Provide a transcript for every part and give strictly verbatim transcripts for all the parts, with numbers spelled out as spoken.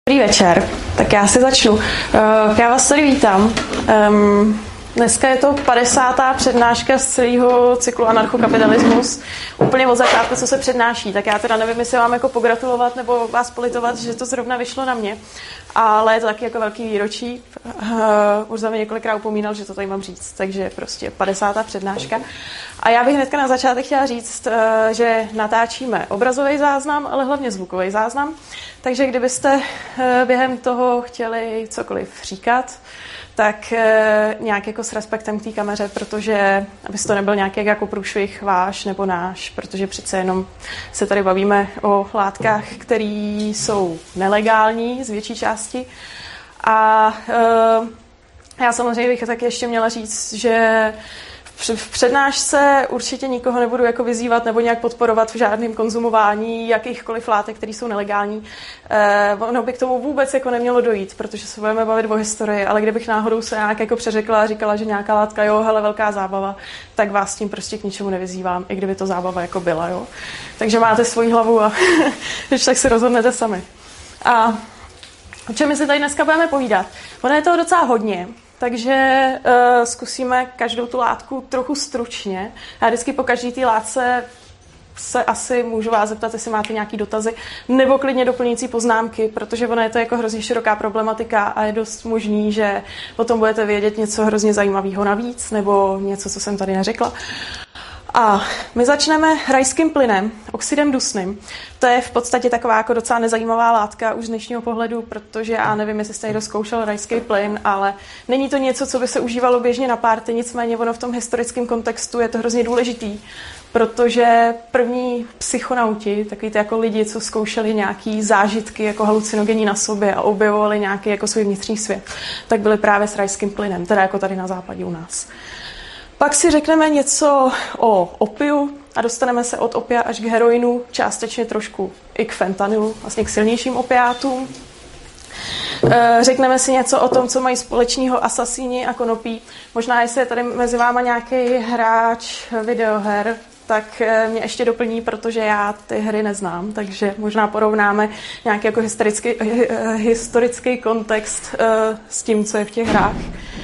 Dobrý večer, tak já si začnu. Já vás tady vítám. Dneska je to padesátá přednáška z celého cyklu Anarchokapitalismus. Úplně od začátku, co se přednáší. Tak já teda nevím, jestli vám jako pogratulovat nebo vás politovat, že to zrovna vyšlo na mě. Ale je to taky jako velký výročí. Už za mě několikrát upomínal, že to tady mám říct. Takže prostě padesátá přednáška. A já bych hnedka na začátek chtěla říct, že natáčíme obrazový záznam, ale hlavně zvukový záznam. Takže kdybyste během toho chtěli cokoliv říkat, tak nějak jako s respektem k té kameře, protože aby to nebyl nějaký jako průšvih váš nebo náš, protože přece jenom se tady bavíme o látkách, které jsou nelegální z větší části. A já samozřejmě bych taky ještě měla říct, že v přednášce určitě nikoho nebudu jako vyzývat nebo nějak podporovat v žádném konzumování jakýchkoliv látek, které jsou nelegální. Eh, ono by k tomu vůbec jako nemělo dojít, protože se budeme bavit o historii, ale kdybych náhodou se nějak jako přeřekla a říkala, že nějaká látka, jo, hele, velká zábava, tak vás tím prostě k ničemu nevyzývám, i kdyby to zábava jako byla, jo. Takže máte svoji hlavu a když tak si rozhodnete sami. A o čem my si tady dneska budeme povídat? Ono je toho docela hodně. Takže uh, zkusíme každou tu látku trochu stručně. Já vždycky po každé té látce se asi můžu vás zeptat, jestli máte nějaké dotazy, nebo klidně doplňující poznámky, protože ona je to jako hrozně široká problematika a je dost možný, že potom budete vědět něco hrozně zajímavého navíc, nebo něco, co jsem tady neřekla. A my začneme rajským plynem, oxidem dusným. To je v podstatě taková jako docela nezajímavá látka už z dnešního pohledu, protože já nevím, jestli jste někdo zkoušel rajský plyn, ale není to něco, co by se užívalo běžně na párty, nicméně ono v tom historickém kontextu je to hrozně důležitý, protože první psychonauti, takový ty jako lidi, co zkoušeli nějaký zážitky jako halucinogenní na sobě a objevovali nějaký jako svůj vnitřní svět, tak byli právě s rajským plynem, teda jako tady na západě u nás. Pak si řekneme něco o opiu a dostaneme se od opia až k heroinu, částečně trošku i k fentanylu, vlastně k silnějším opiátům. Řekneme si něco o tom, co mají společného asasíni a konopí. Možná, jestli je tady mezi váma nějaký hráč videoher, tak mě ještě doplní, protože já ty hry neznám, takže možná porovnáme nějaký jako historický, historický kontext s tím, co je v těch hrách.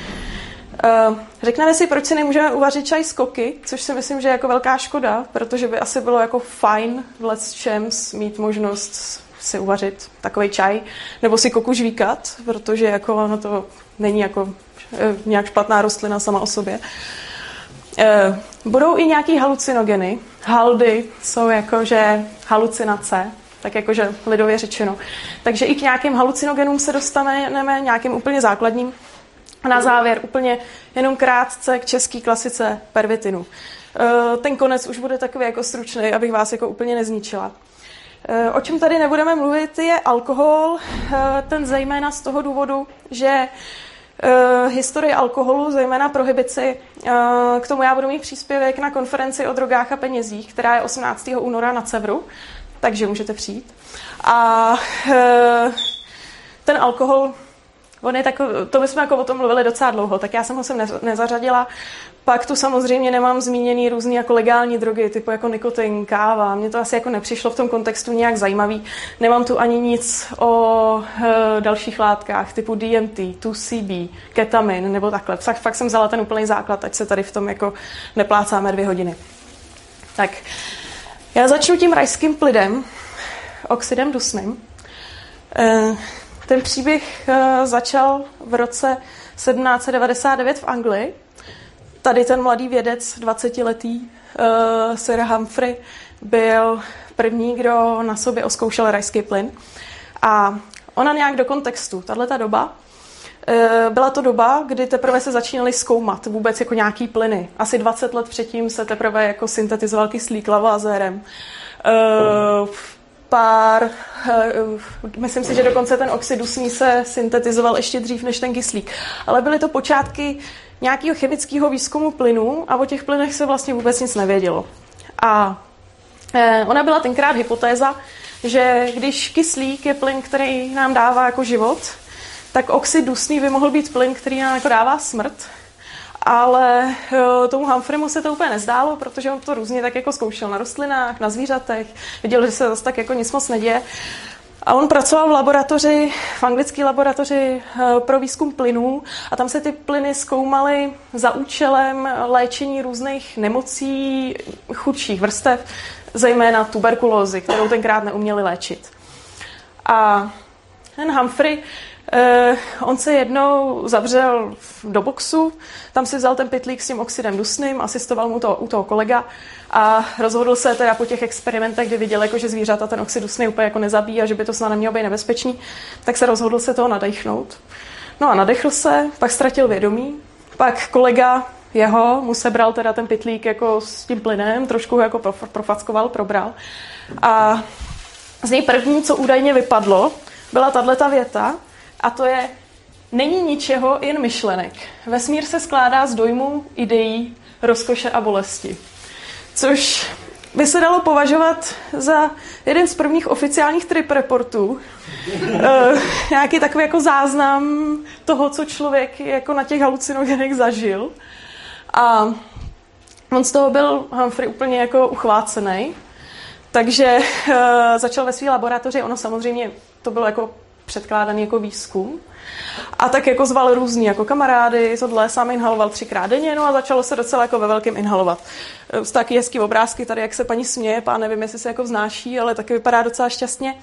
Uh, řekneme si, proč si nemůžeme uvařit čaj z koky, což si myslím, že je jako velká škoda, protože by asi bylo jako fajn v lecčems mít možnost si uvařit takovej čaj, nebo si koku žvíkat, protože jako ono to není jako uh, nějak špatná rostlina sama o sobě. Uh, budou i nějaký halucinogeny. Haldy jsou jakože halucinace, tak jakože lidově řečeno. Takže i k nějakým halucinogenům se dostaneme, nějakým úplně základním. A na závěr úplně jenom krátce k české klasice pervitinu. Ten konec už bude takový jako stručný, abych vás jako úplně nezničila. O čem tady nebudeme mluvit je alkohol, ten zejména z toho důvodu, že historie alkoholu, zejména prohibici, k tomu já budu mít příspěvek na konferenci o drogách a penězích, která je osmnáctého února na Cevru, takže můžete přijít. A ten alkohol, on je takový, to my jsme jako o tom mluvili docela dlouho, tak já jsem ho sem nezařadila. Pak tu samozřejmě nemám zmíněný různý jako legální drogy, typu jako nikotin, káva. Mně to asi jako nepřišlo v tom kontextu nějak zajímavý. Nemám tu ani nic o e, dalších látkách, typu D M T, two C B, ketamin nebo takhle. Fakt, fakt jsem vzala ten úplný základ, ať se tady v tom jako neplácáme dvě hodiny. Tak, já začnu tím rajským plydem, oxidem dusným. E, Ten příběh uh, začal v roce sedmnáct set devadesát devět v Anglii. Tady ten mladý vědec, dvacetiletý uh, Sir Humphrey, byl první, kdo na sobě oskoušel rajský plyn. A ona nějak do kontextu, tahleta doba, uh, byla to doba, kdy teprve se začínaly zkoumat vůbec jako nějaký plyny. Asi dvacet let předtím se teprve jako syntetizoval kyslík lavazérem. Uh, pár, myslím si, že dokonce ten oxid dusný se syntetizoval ještě dřív než ten kyslík. Ale byly to počátky nějakého chemického výzkumu plynů a o těch plynech se vlastně vůbec nic nevědělo. A ona byla tenkrát hypotéza, že když kyslík je plyn, který nám dává jako život, tak oxid dusný by mohl být plyn, který nám jako dává smrt. Ale tomu Humphreyu se to úplně nezdálo, protože on to různě tak jako zkoušel na rostlinách, na zvířatech, viděl, že se zase tak jako nic moc neděje. A on pracoval v laboratoři, v anglické laboratoři pro výzkum plynů a tam se ty plyny zkoumaly za účelem léčení různých nemocí chudších vrstev, zejména tuberkulózy, kterou tenkrát neuměli léčit. A ten Humphrey, eh, on se jednou zavřel do boxu, tam si vzal ten pytlík s tím oxidem dusným, asistoval mu to u toho kolega a rozhodl se teda po těch experimentech, kdy viděl, jako, že zvířata ten oxid dusný úplně jako nezabíjí a že by to snad nemělo být nebezpečný, tak se rozhodl se toho nadechnout. No a nadechl se, pak ztratil vědomí, pak kolega jeho mu sebral teda ten pytlík jako s tím plynem, trošku ho jako profackoval, probral a z něj první, co údajně vypadlo, byla tato věta a to je: není ničeho, jen myšlenek. Vesmír se skládá z dojmů, ideí, rozkoše a bolesti. Což by se dalo považovat za jeden z prvních oficiálních trip reportů. e, nějaký takový jako záznam toho, co člověk jako na těch halucinogenech zažil. A on z toho byl Humphrey úplně jako uchvácený. Takže uh, začal ve své laboratoři, ono samozřejmě to bylo jako předkládaný jako výzkum. A tak jako zval různý jako kamarády, tohle sám inhaloval třikrát denně, no a začalo se docela jako ve velkém inhalovat. Uh, taky hezký obrázky tady, jak se paní směje, pán nevím, jestli se jako vznáší, ale taky vypadá docela šťastně.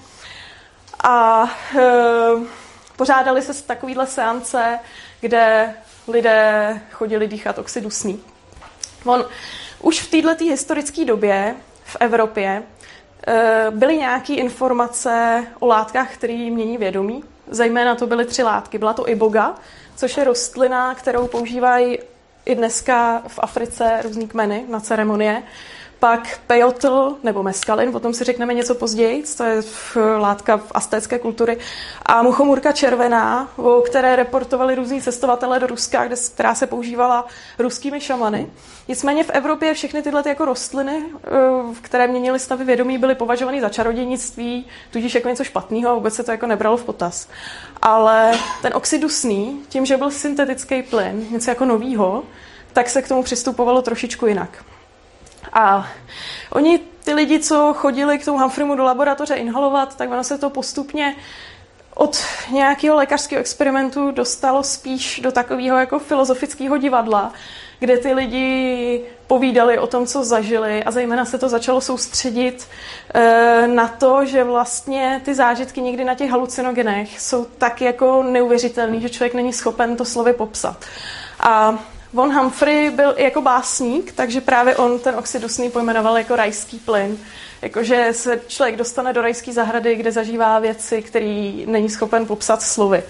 A uh, pořádali se takovýhle seance, kde lidé chodili dýchat oxid dusný. On už v této historické době v Evropě byly nějaké informace o látkách, které mění vědomí. Zejména to byly tři látky. Byla to iboga, což je rostlina, kterou používají i dneska v Africe různý kmeny na ceremonie. Pak pejotl nebo meskalin, o tom si řekneme něco později, to je látka v aztécké kultury. A muchomůrka červená, o které reportovali různí cestovatelé do Ruska, kde, která se používala ruskými šamany. Nicméně v Evropě všechny tyhle ty jako rostliny, které měnily stavy vědomí, byly považovány za čarodějnictví, tudíž jako něco špatného a vůbec se to jako nebralo v potaz. Ale ten oxid dusný, tím, že byl syntetický plyn, něco jako novýho, tak se k tomu přistupovalo trošičku jinak. A oni, ty lidi, co chodili k tomu Humphreymu do laboratoře inhalovat, tak ono se to postupně od nějakého lékařského experimentu dostalo spíš do takového jako filozofického divadla, kde ty lidi povídali o tom, co zažili a zejména se to začalo soustředit e, na to, že vlastně ty zážitky někdy na těch halucinogenech jsou tak jako neuvěřitelný, že člověk není schopen to slovy popsat. A von Humphrey byl i jako básník, takže právě on ten oxid dusný pojmenoval jako rajský plyn. Jakože se člověk dostane do rajské zahrady, kde zažívá věci, které není schopen popsat slovy.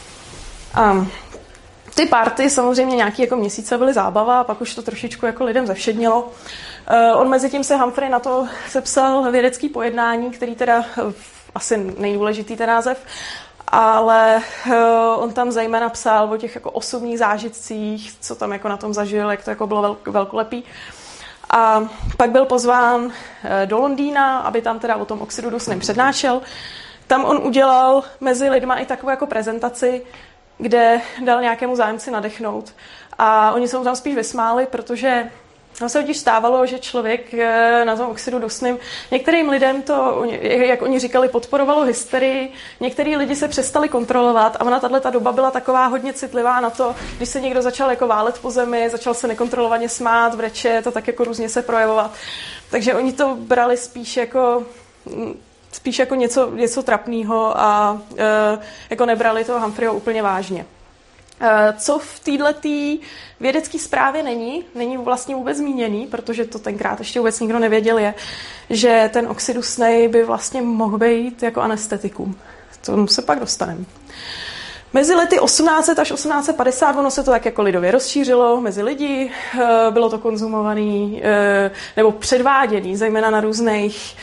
A ty party samozřejmě nějaký jako měsíce byly zábava a pak už to trošičku jako lidem zevšednilo. On mezi tím se Humphrey na to sepsal vědecký pojednání, který teda asi nejdůležitý ten název, ale on tam zejména psal o těch jako osobních zážitcích, co tam jako na tom zažil, jak to jako bylo velk, velkolepý. A pak byl pozván do Londýna, aby tam teda o tom oxidu dusném přednášel. Tam on udělal mezi lidma i takovou jako prezentaci, kde dal nějakému zájemci nadechnout. A oni se mu tam spíš vysmáli, protože no se totiž stávalo, že člověk na tom oxidu dusným, některým lidem to, jak oni říkali, podporovalo hysterii, některý lidi se přestali kontrolovat a ona tato doba byla taková hodně citlivá na to, když se někdo začal jako válet po zemi, začal se nekontrolovaně smát, brečet a tak jako různě se projevovat. Takže oni to brali spíš jako spíš jako něco, něco trapného a e, jako nebrali toho Humphreyho úplně vážně. E, co v této vědecké zprávě není, není vlastně vůbec zmíněný, protože to tenkrát ještě vůbec nikdo nevěděl, je, že ten oxid dusný by vlastně mohl být jako anestetikum. K tomu se pak dostaneme. Mezi lety osmnáct set až osmnáct set padesát ono se to tak jako lidově rozšířilo mezi lidi, bylo to konzumovaný nebo předváděný, zejména na různých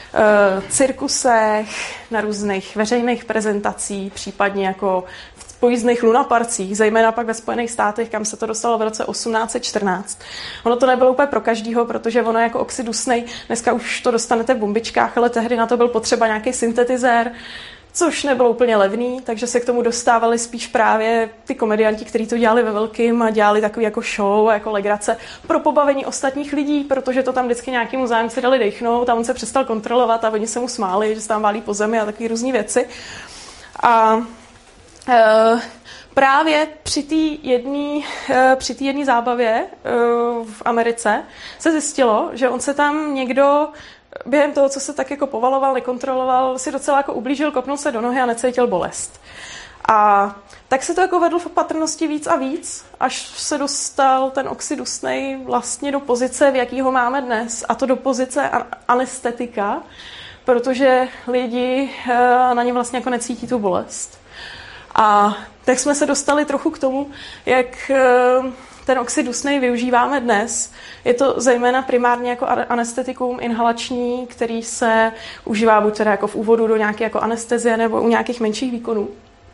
cirkusech, na různých veřejných prezentacích, případně jako v pojízdných lunaparcích, zejména pak ve Spojených státech, kam se to dostalo v roce osmnáct set čtrnáct. Ono to nebylo úplně pro každýho, protože ono jako oxid dusnej, dneska už to dostanete v bombičkách, ale tehdy na to byl potřeba nějaký syntetizér, což nebylo úplně levný, takže se k tomu dostávali spíš právě ty komedianti, kteří to dělali ve velkým a dělali takový jako show, jako legrace pro pobavení ostatních lidí, protože to tam vždycky nějakému zájemci dali dechnout a on se přestal kontrolovat a oni se mu smáli, že se tam válí po zemi a takové různý věci. A e, právě při té jedné e, při té jedné zábavě e, v Americe se zjistilo, že on se tam někdo během toho, co se tak jako povaloval, nekontroloval, si docela jako ublížil, kopnul se do nohy a necítil bolest. A tak se to jako vedlo v opatrnosti víc a víc, až se dostal ten oxid dusnej vlastně do pozice, v jaký ho máme dnes, a to do pozice anestetika, protože lidi na ně vlastně jako necítí tu bolest. A tak jsme se dostali trochu k tomu, jak ten oxid dusnej využíváme dnes. Je to zejména primárně jako anestetikum inhalační, který se užívá buď teda jako v úvodu do nějaké jako anestezie nebo u nějakých menších výkonů.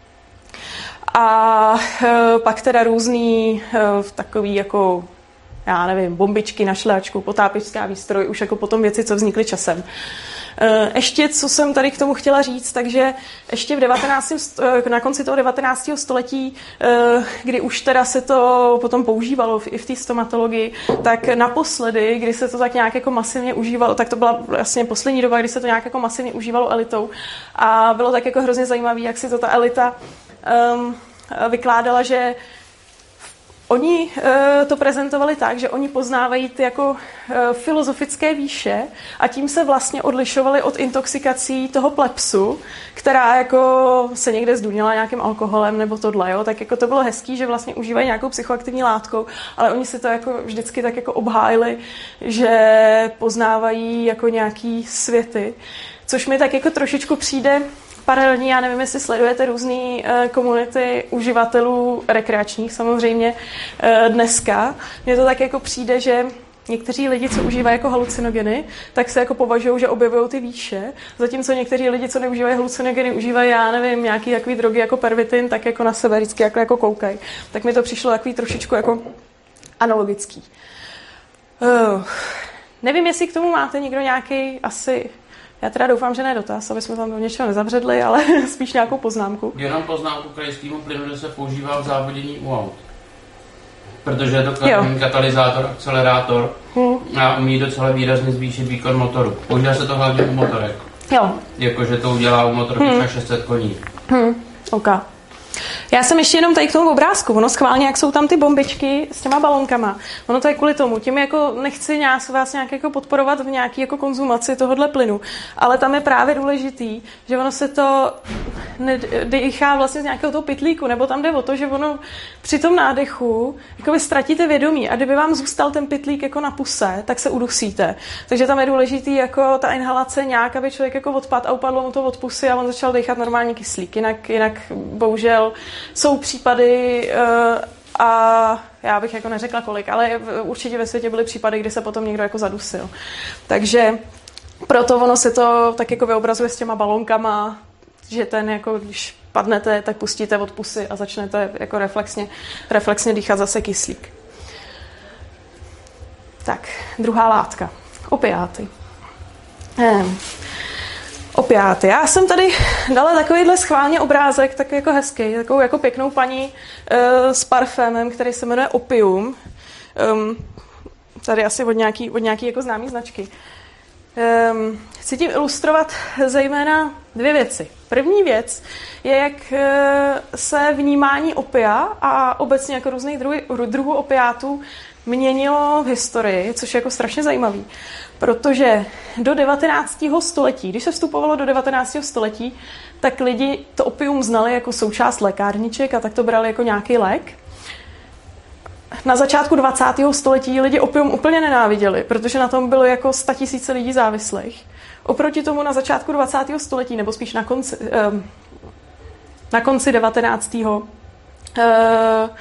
A e, pak teda různý e, takový jako, já nevím, bombičky na šlehačku, potápěčská výstroj, už jako potom věci, co vznikly časem. Ještě, co jsem tady k tomu chtěla říct, takže ještě v devatenáctém na konci toho devatenáctého století, kdy už teda se to potom používalo i v té stomatologii, tak naposledy, kdy se to tak nějak jako masivně užívalo, tak to byla vlastně poslední doba, kdy se to nějak jako masivně užívalo elitou. A bylo tak jako hrozně zajímavé, jak si to ta elita um, vykládala, že oni uh, to prezentovali tak, že oni poznávají ty jako uh, filozofické výše a tím se vlastně odlišovali od intoxikací toho plepsu, která jako se někde zdunila nějakým alkoholem nebo tohle, jo? Tak jako to bylo hezký, že vlastně užívají nějakou psychoaktivní látkou, ale oni si to jako vždycky tak jako obhájili, že poznávají jako nějaký světy, což mi tak jako trošičku přijde paralelní, já nevím, jestli sledujete různé uh, komunity uživatelů rekreačních samozřejmě uh, dneska. Mně to tak jako přijde, že někteří lidi, co užívají jako halucinogeny, tak se jako považují, že objevují ty výše, zatímco někteří lidi, co neužívají halucinogeny, užívají, já nevím, nějaký takový drogy jako pervitin, tak jako na sebe vždycky jako, jako koukají. Tak mi to přišlo takový trošičku jako analogický. Uh, nevím, jestli k tomu máte někdo nějaký asi... Já teda doufám, že ne dotaz, aby jsme tam do něčeho nezavředli, ale spíš nějakou poznámku. Jenom poznámku krajskému plynu, že se používá v závodění u aut. Protože je to katalyzátor, akcelerátor hmm. a umí docela výrazně zvýšit výkon motoru. Používá se to hlavně u motorek. Jo. Jakože to udělá u motorky hmm. šest set koní. Hmm. OK. Já jsem ještě jenom tady k tomu obrázku. Ono schválně, jak jsou tam ty bombičky s těma balonkama. Ono to je kvůli tomu. Tím jako nechci nějak, vás nějak jako podporovat v nějaký jako konzumaci tohohle plynu. Ale tam je právě důležitý, že ono se to dýchá vlastně z nějakého toho pytlíku. Nebo tam jde o to, že ono při tom nádechu jako vy ztratíte vědomí. A kdyby vám zůstal ten pytlík jako na puse, tak se udusíte. Takže tam je důležitý jako ta inhalace nějak, aby člověk jako odpadl a upadlo mu to od pusy a on začal dýchat normální kyslík. Jinak, jinak bohužel jsou případy uh, a já bych jako neřekla kolik, ale určitě ve světě byly případy, kdy se potom někdo jako zadusil. Takže proto ono se to tak jako vyobrazuje s těma balonkama, že ten jako, když padnete, tak pustíte od pusy a začnete jako reflexně, reflexně dýchat zase kyslík. Tak, druhá látka. Opiáty. Hmm. Opiáty. Já jsem tady dala takovýhle schválně obrázek, tak jako hezký, takovou jako pěknou paní uh, s parfémem, který se jmenuje Opium. Um, tady asi od nějaký, od nějaký jako známý značky. Um, chci tím ilustrovat zejména dvě věci. První věc je, jak uh, se vnímání opia a obecně jako různých druhů opiátů měnilo v historii, což je jako strašně zajímavý. Protože do devatenáctého století, když se vstupovalo do devatenáctého století, tak lidi to opium znali jako součást lékárniček a tak to brali jako nějaký lék. Na začátku dvacátého století lidi opium úplně nenáviděli, protože na tom bylo jako statisíce lidí závislých. Oproti tomu na začátku dvacátého století, nebo spíš na konci, um, na konci devatenáctého Uh,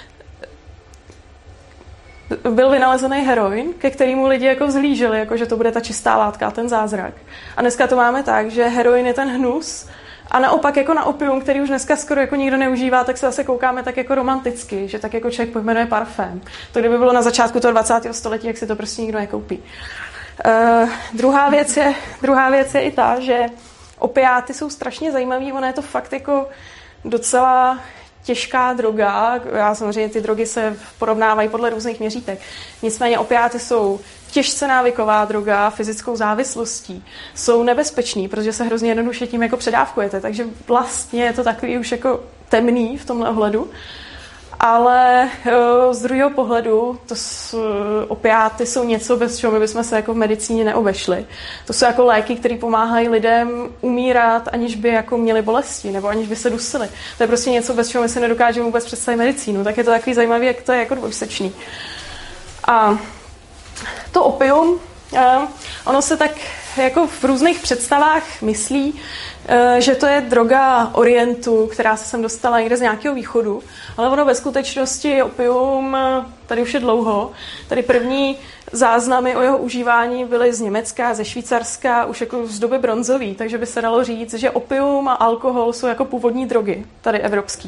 byl vynalezený heroin, ke kterému lidi jako vzhlíželi, jako že to bude ta čistá látka, ten zázrak. A dneska to máme tak, že heroin je ten hnus a naopak jako na opium, který už dneska skoro jako nikdo neužívá, tak se zase koukáme tak jako romanticky, že tak jako člověk pojmenuje parfém. To kdyby bylo na začátku toho dvacátého století, jak si to prostě nikdo nekoupí. Uh, druhá věc je, druhá věc je i ta, že opiáty jsou strašně zajímavý, ono je to fakt jako docela těžká droga. Já samozřejmě ty drogy se porovnávají podle různých měřítek. Nicméně opiáty jsou těžce návyková droga, fyzickou závislostí. Jsou nebezpeční, protože se hrozně jednoduše tím jako předávkujete, takže vlastně je to takový už jako temný v tomhle ohledu. Ale z druhého pohledu to s, opiáty jsou něco, bez čeho my bychom se jako v medicíně neobešli. To jsou jako léky, které pomáhají lidem umírat, aniž by jako měli bolesti, nebo aniž by se dusili. To je prostě něco, bez čeho my si nedokážeme vůbec představit medicínu. Tak je to takový zajímavý, jak to je jako dvojsečný. A to opium, ono se tak jako v různých představách myslí, že to je droga Orientu, která se sem dostala někde z nějakého východu, ale ono ve skutečnosti je opium tady už je dlouho. Tady první záznamy o jeho užívání byly z Německa, ze Švýcarska, už jako z doby bronzový, takže by se dalo říct, že opium a alkohol jsou jako původní drogy, tady evropský.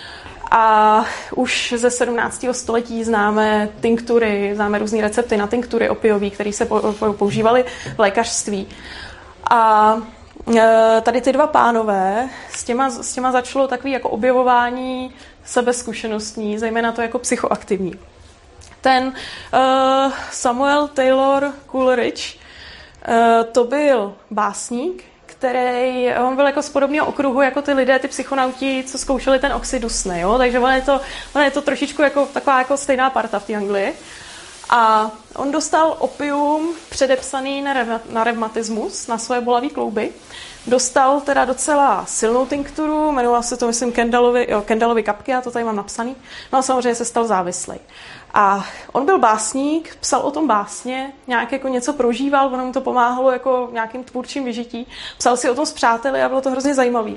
A už ze sedmnáctého století známe tinktury, známe různé recepty na tinktury opiový, které se používaly v lékařství. A tady ty dva pánové, s těma, s těma začalo takové jako objevování sebezkušenostní, zejména to jako psychoaktivní. Ten uh, Samuel Taylor Coleridge, uh, to byl básník, který, on byl jako z podobného okruhu jako ty lidé, ty psychonauti, co zkoušeli ten oxid dusný, jo? Takže on je, to, on je to trošičku jako, taková jako stejná parta v té Anglii. A on dostal opium předepsaný na, re, na revmatismus, na svoje bolavé klouby. Dostal teda docela silnou tinkturu, jmenovala se to, myslím, Kendallovy, jo, Kendallovy kapky, já to tady mám napsaný. No a samozřejmě se stal závislý. A on byl básník, psal o tom básně, nějak jako něco prožíval, ono mu to pomáhalo jako nějakým tvůrčím vyžití. Psal si o tom s přáteli a bylo to hrozně zajímavý.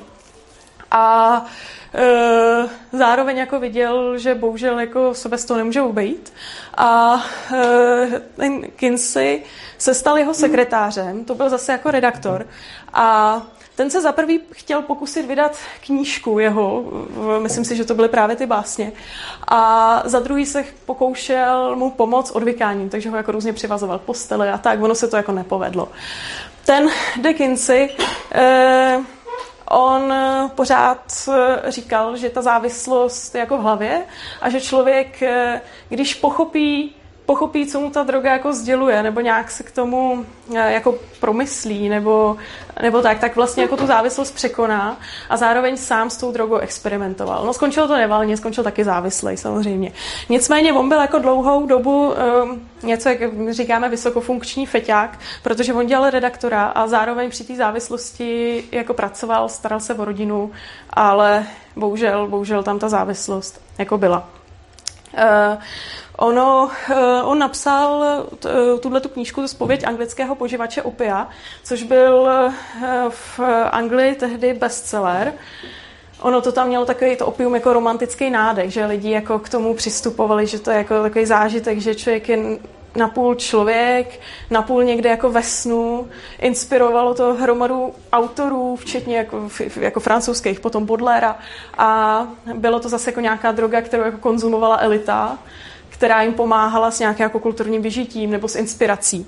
A e, zároveň jako viděl, že bohužel jako se bez toho nemůže obejít. A e, ten Kinsey se stal jeho sekretářem, to byl zase jako redaktor. A ten se za prvý chtěl pokusit vydat knížku jeho, myslím si, že to byly právě ty básně. A za druhý se pokoušel mu pomoct odvykáním, takže ho jako různě přivazoval k posteli a tak, ono se to jako nepovedlo. Ten de Kinsey, eh, on pořád říkal, že ta závislost je jako v hlavě a že člověk, když pochopí, pochopí, co mu ta droga jako sděluje, nebo nějak se k tomu jako promyslí, nebo, nebo tak, tak vlastně jako tu závislost překoná a zároveň sám s tou drogou experimentoval. No skončilo to nevalně, skončil taky závislej samozřejmě. Nicméně on byl jako dlouhou dobu um, něco, jak říkáme, vysokofunkční feťák, protože on dělal redaktora a zároveň při té závislosti jako pracoval, staral se o rodinu, ale bohužel, bohužel tam ta závislost jako byla. Uh, Ono, on napsal tuhletu knížku Zpověď anglického poživače opia, což byl v Anglii tehdy bestseller. Ono to tam mělo takový to opium jako romantický nádech, že lidi jako k tomu přistupovali, že to je jako takový zážitek, že člověk je napůl člověk, napůl někde jako ve snu. Inspirovalo to hromadu autorů, včetně jako, jako francouzských, potom Baudelaire. A bylo to zase jako nějaká droga, kterou jako konzumovala elita, která jim pomáhala s nějakým jako kulturním vyžitím nebo s inspirací.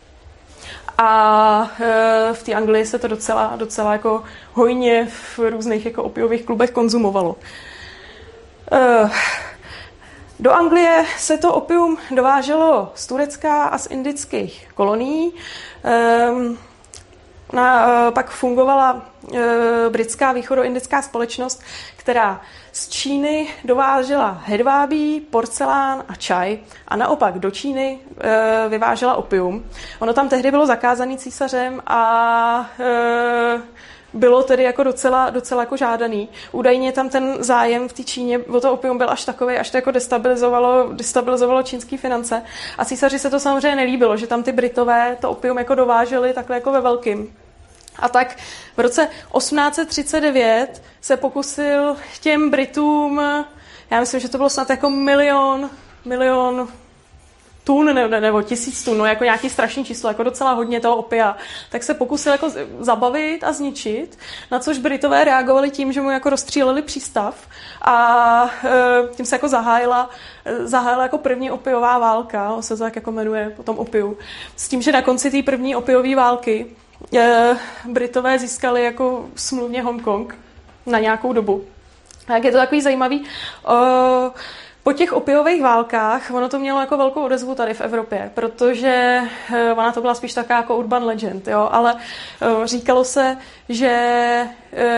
A e, v té Anglii se to docela, docela jako hojně v různých jako opiových klubech konzumovalo. E, do Anglie se to opium dováželo z Turecka a z indických kolonií. E, na, e, pak fungovala e, britská východoindická společnost, která z Číny dovážela hedvábí, porcelán a čaj a naopak do Číny e, vyvážela opium. Ono tam tehdy bylo zakázaný císařem a e, bylo tedy jako docela, docela jako žádaný. Údajně tam ten zájem v té Číně o to opium byl až takový, až to jako destabilizovalo, destabilizovalo čínský finance. A císaři se to samozřejmě nelíbilo, že tam ty Britové to opium jako dováželi takhle jako ve velkým. A tak v roce osmnáct set třicet devět se pokusil těm Britům, já myslím, že to bylo snad jako milion, milion tun nebo, nebo tisíc tun, no jako nějaký strašný číslo, jako docela hodně toho opia, tak se pokusil jako zabavit a zničit, na což Britové reagovali tím, že mu jako rozstříleli přístav a e, tím se jako zahájila, zahájila jako první opiová válka, on se to tak jako jmenuje potom opiu, s tím, že na konci té první opiové války Britové získali jako smluvně Hongkong na nějakou dobu. Tak je to takový zajímavý. Po těch opiových válkách ono to mělo jako velkou odezvu tady v Evropě, protože ona to byla spíš taková jako urban legend, jo, ale říkalo se, že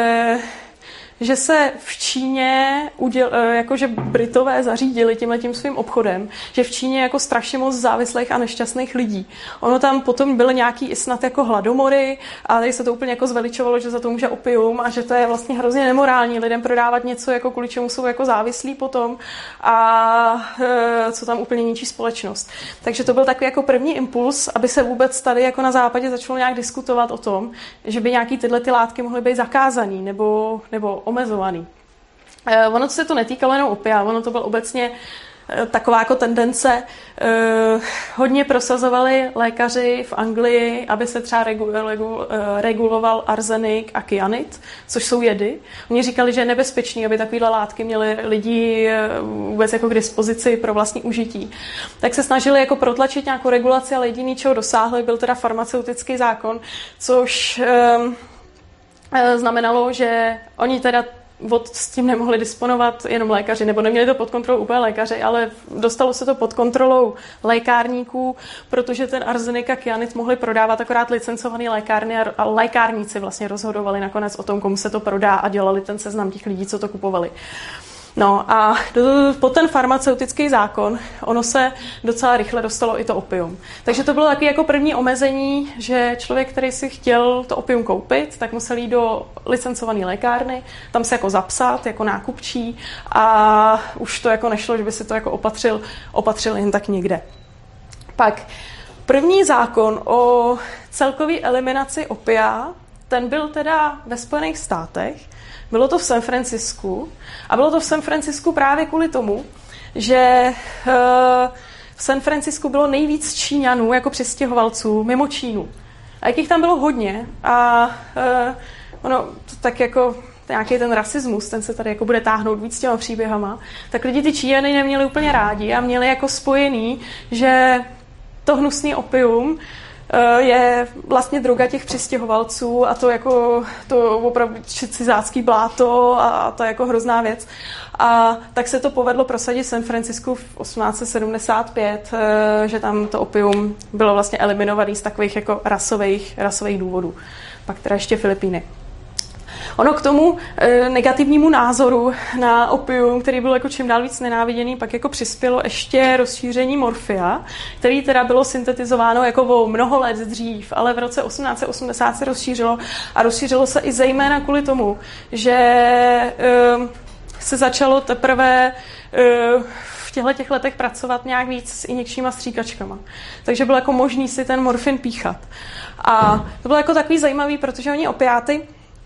že se v Číně uděl, jakože Britové zařídili tímhletím svým obchodem, že v Číně je jako strašně moc závislých a nešťastných lidí. Ono tam potom byly nějaký i snad jako hladomory a tady se to úplně jako zveličovalo, že za to může opium a že to je vlastně hrozně nemorální lidem prodávat něco, jako kvůli čemu jsou jako závislí potom a e, co tam úplně ničí společnost. Takže to byl takový jako první impuls, aby se vůbec tady jako na západě začalo nějak diskutovat o tom, že by nějaký tyhle ty látky mohly být zakázaný nebo, nebo omezovaný. Eh, ono se to netýkalo jenom opia, ono to bylo obecně eh, taková jako tendence. Eh, hodně prosazovali lékaři v Anglii, aby se třeba regu, regu, eh, reguloval arzenik a kyanid, což jsou jedy. Oni říkali, že je nebezpečný, aby takovéhle látky měli lidi eh, vůbec jako k dispozici pro vlastní užití. Tak se snažili jako protlačit nějakou regulaci, ale jediný, čeho dosáhli, byl teda farmaceutický zákon, což eh, znamenalo, že oni teda od, s tím nemohli disponovat jenom lékaři, nebo neměli to pod kontrolou úplně lékaři, ale dostalo se to pod kontrolou lékárníků, protože ten arzenik a kyanid mohli prodávat akorát licencovaný lékárny a lékárníci vlastně rozhodovali nakonec o tom, komu se to prodá a dělali ten seznam těch lidí, co to kupovali. No a po ten farmaceutický zákon, ono se docela rychle dostalo i to opium. Takže to bylo taky jako první omezení, že člověk, který si chtěl to opium koupit, tak musel jít do licencované lékárny, tam se jako zapsat jako nákupčí a už to jako nešlo, že by si to jako opatřil, opatřil jen tak někde. Pak první zákon o celkové eliminaci opia, ten byl teda ve Spojených státech. Bylo to v San Francisku a bylo to v San Francisku právě kvůli tomu, že v San Francisku bylo nejvíc Číňanů jako přistěhovalců mimo Čínu. A jak jich tam bylo hodně a ono tak jako nějaký ten rasismus, ten se tady jako bude táhnout víc těma příběhama, tak lidi ty Číňany neměli úplně rádi a měli jako spojený, že to hnusný opium je vlastně droga těch přistěhovalců a to jako to opravdu cizácký bláto a to je jako hrozná věc. A tak se to povedlo prosadit San Francisku v osmnáct set sedmdesát pět, že tam to opium bylo vlastně eliminovaný z takových jako rasových, rasových důvodů. Pak teda ještě Filipíny. Ono k tomu e, negativnímu názoru na opium, který byl jako čím dál víc nenáviděný, pak jako přispělo ještě rozšíření morfia, který teda bylo syntetizováno jako o mnoho let dřív, ale v roce osmnáct set osmdesát se rozšířilo a rozšířilo se i zejména kvůli tomu, že e, se začalo teprve e, v těchto těch letech pracovat nějak víc s injekčníma stříkačkama. Takže bylo jako možný si ten morfin píchat. A to bylo jako takový zajímavý, protože oni opiáty,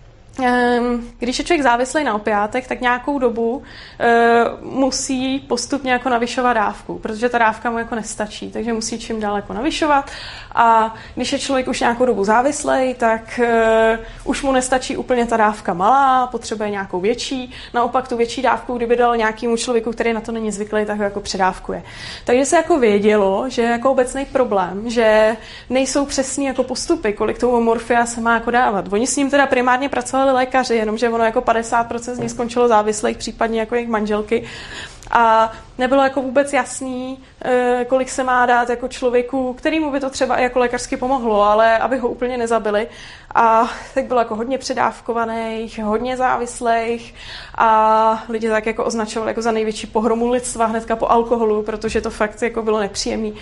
když je člověk závislý na opiátech, tak nějakou dobu e, musí postupně jako navyšovat dávku, protože ta dávka mu jako nestačí, takže musí čím dál jako navyšovat a když je člověk už nějakou dobu závislý, tak e, už mu nestačí úplně ta dávka malá, potřebuje nějakou větší, naopak tu větší dávku, kdyby dal nějakému člověku, který na to není zvyklý, tak ho jako předávkuje. Takže se jako vědělo, že je jako obecný problém, že nejsou přesný jako postupy, kolik tomu morfia se má jako dávat. Oni s ním teda primárně pracovali lékaři, jenomže ono jako padesát procent z nich skončilo závislých, případně jako jejich manželky. A nebylo jako vůbec jasný, kolik se má dát jako člověku, kterýmu by to třeba i jako lékařsky pomohlo, ale aby ho úplně nezabili. A tak bylo jako hodně předávkovaných, hodně závislých a lidi tak jako označovali jako za největší pohromu lidstva hnedka po alkoholu, protože to fakt jako bylo nepříjemný.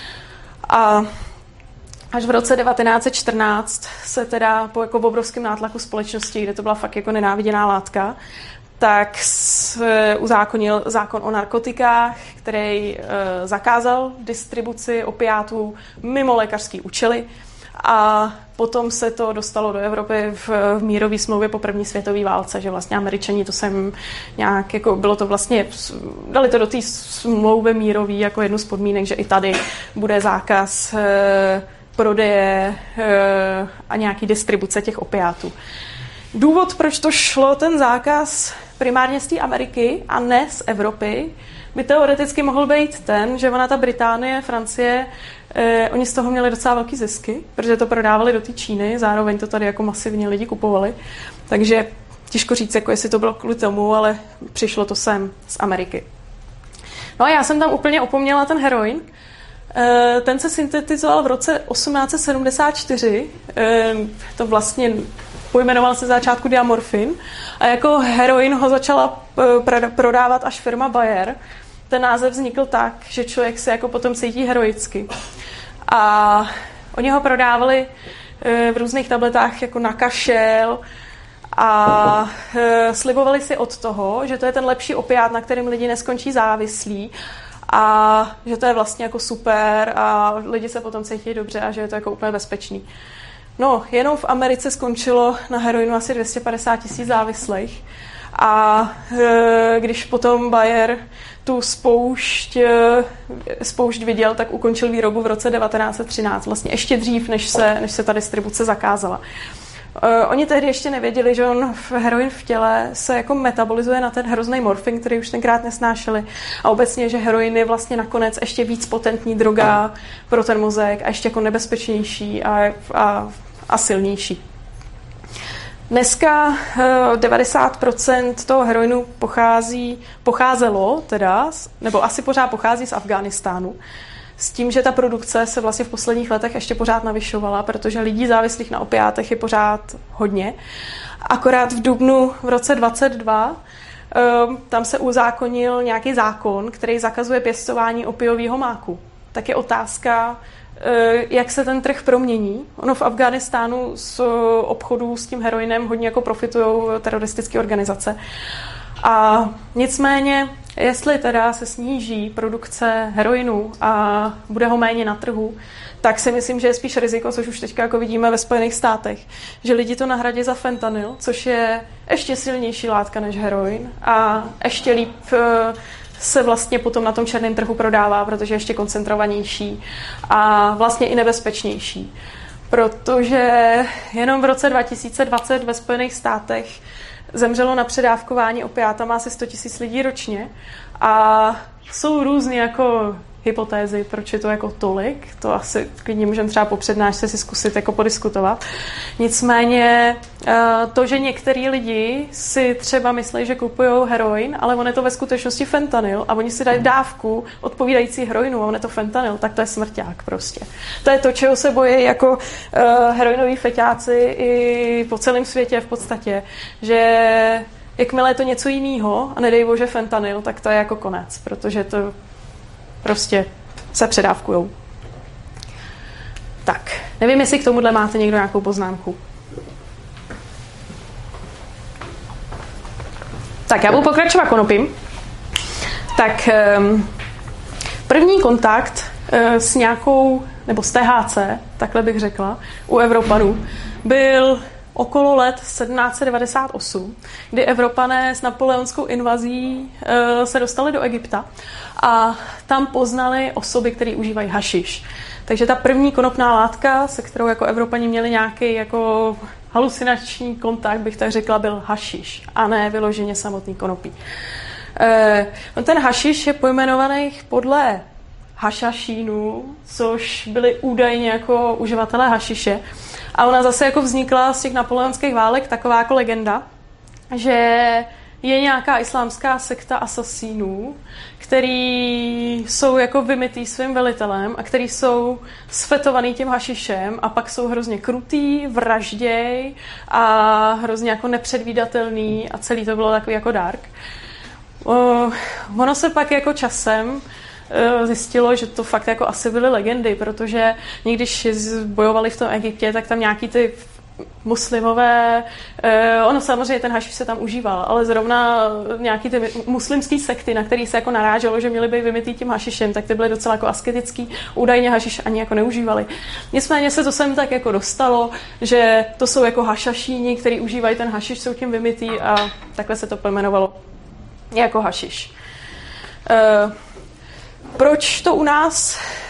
A až v roce devatenáct set čtrnáct se teda po jako obrovském nátlaku společnosti, kde to byla fakt jako nenáviděná látka, tak uzákonil zákon o narkotikách, který e, zakázal distribuci opiátů mimo lékařský účely a potom se to dostalo do Evropy v, v mírové smlouvě po první světové válce, že vlastně Američani to sem nějak, jako bylo to vlastně, dali to do té smlouvy mírové jako jednu z podmínek, že i tady bude zákaz e, prodeje a nějaký distribuce těch opiátů. Důvod, proč to šlo, ten zákaz, primárně z té Ameriky a ne z Evropy, by teoreticky mohl být ten, že ona ta Británie, Francie, eh, oni z toho měli docela velký zisky, protože to prodávali do té Číny, zároveň to tady jako masivně lidi kupovali. Takže těžko říct, jako jestli to bylo kvůli tomu, ale přišlo to sem z Ameriky. No a já jsem tam úplně opomněla ten heroin. Eh, ten se syntetizoval v roce osmnáct set sedmdesát čtyři. Eh, to vlastně pojmenoval se začátku diamorfin a jako heroin ho začala prodávat až firma Bayer. Ten název vznikl tak, že člověk se jako potom cítí heroicky. A oni ho prodávali v různých tabletách jako na kašel a slibovali si od toho, že to je ten lepší opiát, na kterým lidi neskončí závislí a že to je vlastně jako super a lidi se potom cítí dobře a že je to jako úplně bezpečný. No, jenom v Americe skončilo na heroinu asi dvě stě padesát tisíc závislých a e, když potom Bayer tu spoušť, e, spoušť viděl, tak ukončil výrobu v roce devatenáct set třináct, vlastně ještě dřív, než se, než se ta distribuce zakázala. E, oni tehdy ještě nevěděli, že on v heroin v těle se jako metabolizuje na ten hrozný morfin, který už tenkrát nesnášeli a obecně, že heroin je vlastně nakonec ještě víc potentní droga pro ten mozek a ještě jako nebezpečnější a, a, a silnější. Dneska devadesát procent toho heroinu pochází, pocházelo teda, nebo asi pořád pochází z Afghánistánu. S tím, že ta produkce se vlastně v posledních letech ještě pořád navyšovala, protože lidí závislých na opiátech je pořád hodně. Akorát v dubnu v roce dvacet dva tam se uzákonil nějaký zákon, který zakazuje pěstování opiového máku. Tak je otázka, jak se ten trh promění. Ono v Afghánistánu z obchodů s tím heroinem hodně jako profitují teroristické organizace. A nicméně, jestli teda se sníží produkce heroinu a bude ho méně na trhu, tak si myslím, že je spíš riziko, což už teďka jako vidíme ve Spojených státech, že lidi to nahradí za fentanyl, což je ještě silnější látka než heroin a ještě líp se vlastně potom na tom černém trhu prodává, protože je ještě koncentrovanější a vlastně i nebezpečnější. Protože jenom v roce dva tisíce dvacet ve Spojených státech zemřelo na předávkování opiátama asi sto tisíc lidí ročně a jsou různé jako hypotézy, proč je to jako tolik. To asi klidně můžeme třeba po přednášce si zkusit jako podiskutovat. Nicméně to, že některý lidi si třeba myslí, že kupují heroin, ale on je to ve skutečnosti fentanyl a oni si dají dávku odpovídající heroinu a on je to fentanyl, tak to je smrťák prostě. To je to, čeho se bojí jako uh, heroinoví feťáci i po celém světě v podstatě, že jakmile je to něco jiného a nedej bože fentanyl, tak to je jako konec, protože to prostě se předávkujou. Tak, nevím, jestli k tomuhle máte někdo nějakou poznámku. Tak, já budu pokračovat konopím. Tak, první kontakt s nějakou, nebo s T H C, takhle bych řekla, u Evropanů, byl okolo let sedmnáct set devadesát osm, kdy Evropané s napoleonskou invazí e, se dostali do Egypta a tam poznali osoby, které užívají hašiš. Takže ta první konopná látka, se kterou jako Evropani měli nějaký jako halucinační kontakt, bych tak řekla, byl hašiš a ne vyloženě samotný konopí. E, ten hašiš je pojmenovaný podle hašašínů, což byli údajně jako uživatelé hašiše. A ona zase jako vznikla z těch napoleonských válek taková jako legenda, že je nějaká islámská sekta asasínů, který jsou jako vymytý svým velitelem a který jsou sfetovaný tím hašišem a pak jsou hrozně krutý, vražděj a hrozně jako nepředvídatelný a celý to bylo takový jako dark. O, ono se pak jako časem zjistilo, že to fakt jako asi byly legendy, protože když bojovali v tom Egyptě, tak tam nějaký ty muslimové, eh, ono samozřejmě ten hašiš se tam užíval, ale zrovna nějaký ty muslimský sekty, na který se jako naráželo, že měli být vymytý tím hašišem, tak ty byly docela jako asketický, údajně hašiš ani jako neužívali. Nicméně se to sem tak jako dostalo, že to jsou jako hašašíni, který užívají ten hašiš, jsou tím vymytý a takhle se to pojmenovalo jako hašiš. Eh, Proč to u nás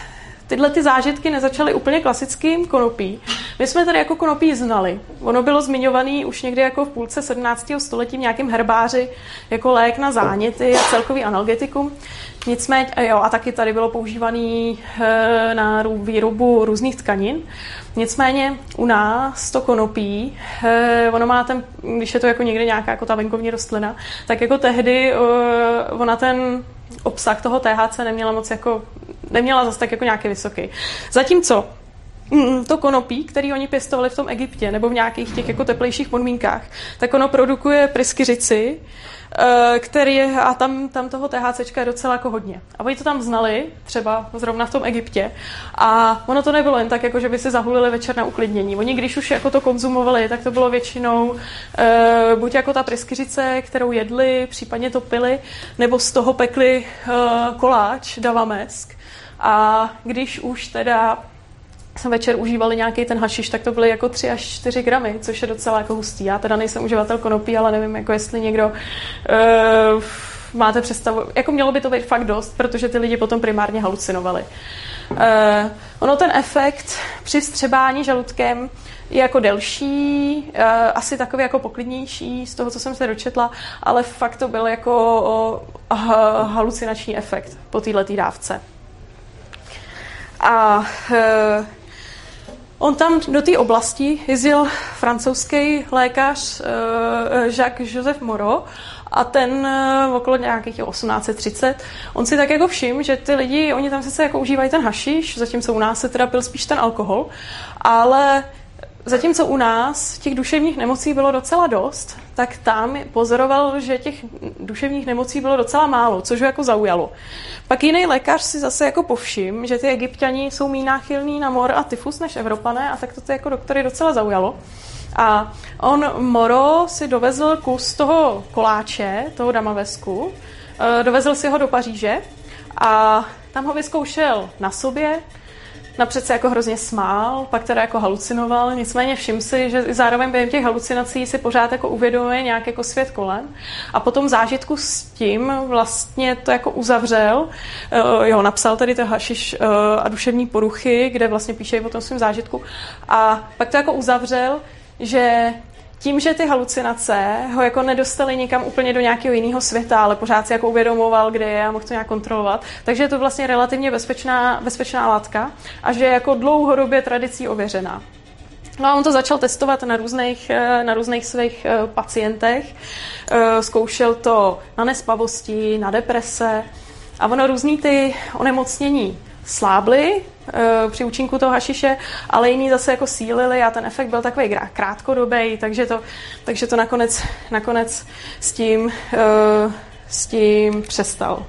tyhle ty zážitky nezačaly úplně klasickým konopí. My jsme tady jako konopí znali. Ono bylo zmiňované už někdy jako v půlce sedmnáctého století v nějakém herbáři jako lék na záněty a celkový analgetikum. Nicméně, jo, a taky tady bylo používaný e, na výrobu různých tkanin. Nicméně u nás to konopí, e, ono má ten, když je to jako někde nějaká jako ta venkovní rostlina, tak jako tehdy e, ona ten obsah toho T H C neměla moc jako, neměla zase tak jako nějaký vysoký. Zatímco to konopí, který oni pěstovali v tom Egyptě nebo v nějakých těch jako teplejších podmínkách, tak ono produkuje pryskyřici, který je, a tam, tam toho THCčka je docela jako hodně. A oni to tam znali, třeba zrovna v tom Egyptě. A ono to nebylo jen tak, jako že by si zahulili večer na uklidnění. Oni, když už jako to konzumovali, tak to bylo většinou e, buď jako ta pryskyřice, kterou jedli, případně to pili, nebo z toho pekli e, koláč, davamesk. A když už teda jsem večer užívali nějaký ten hašiš, tak to byly jako tři až čtyři gramy, což je docela jako hustý. Já teda nejsem uživatel konopí, ale nevím, jako jestli někdo uh, máte představu. Jako mělo by to být fakt dost, protože ty lidi potom primárně halucinovali. Uh, ono ten efekt při vstřebání žaludkem je jako delší, uh, asi takový jako poklidnější z toho, co jsem se dočetla, ale fakt to byl jako uh, halucinační efekt po této dávce. A uh, on tam do té oblasti jezdil francouzský lékař uh, Jacques-Joseph Moreau a ten uh, okolo nějakých osmnáct set třicet. On si tak jako všiml, že ty lidi, oni tam sice jako užívají ten hašiš, zatímco u nás se teda pil spíš ten alkohol, ale zatímco u nás těch duševních nemocí bylo docela dost, tak tam pozoroval, že těch duševních nemocí bylo docela málo, což ho jako zaujalo. Pak jiný lékař si zase jako povšiml, že ty Egypťani jsou méně náchylní na mor a tyfus než Evropané, a tak to ty jako doktory docela zaujalo. A on, Moreau, si dovezl kus toho koláče, toho damavesku, dovezl si ho do Paříže a tam ho vyzkoušel na sobě. Napřed se jako hrozně smál, pak teda jako halucinoval, nicméně všim si, že zároveň během těch halucinací si pořád jako uvědomuje nějak jako svět kolem a potom zážitku s tím vlastně to jako uzavřel, uh, jo, napsal tady to hašiš uh, a duševní poruchy, kde vlastně píše o tom svém zážitku a pak to jako uzavřel, že tím, že ty halucinace ho jako nedostaly nikam úplně do nějakého jiného světa, ale pořád si jako uvědomoval, kde je a mohl to nějak kontrolovat. Takže je to vlastně relativně bezpečná, bezpečná látka a že je jako dlouhodobě tradicí ověřená. No a on to začal testovat na různých, na různých svých pacientech. Zkoušel to na nespavosti, na deprese a ono různý ty onemocnění slábly při účinku toho hašiše, ale jiný zase jako sílili a ten efekt byl takový krátkodobý, takže to, takže to nakonec, nakonec s tím, s tím přestal.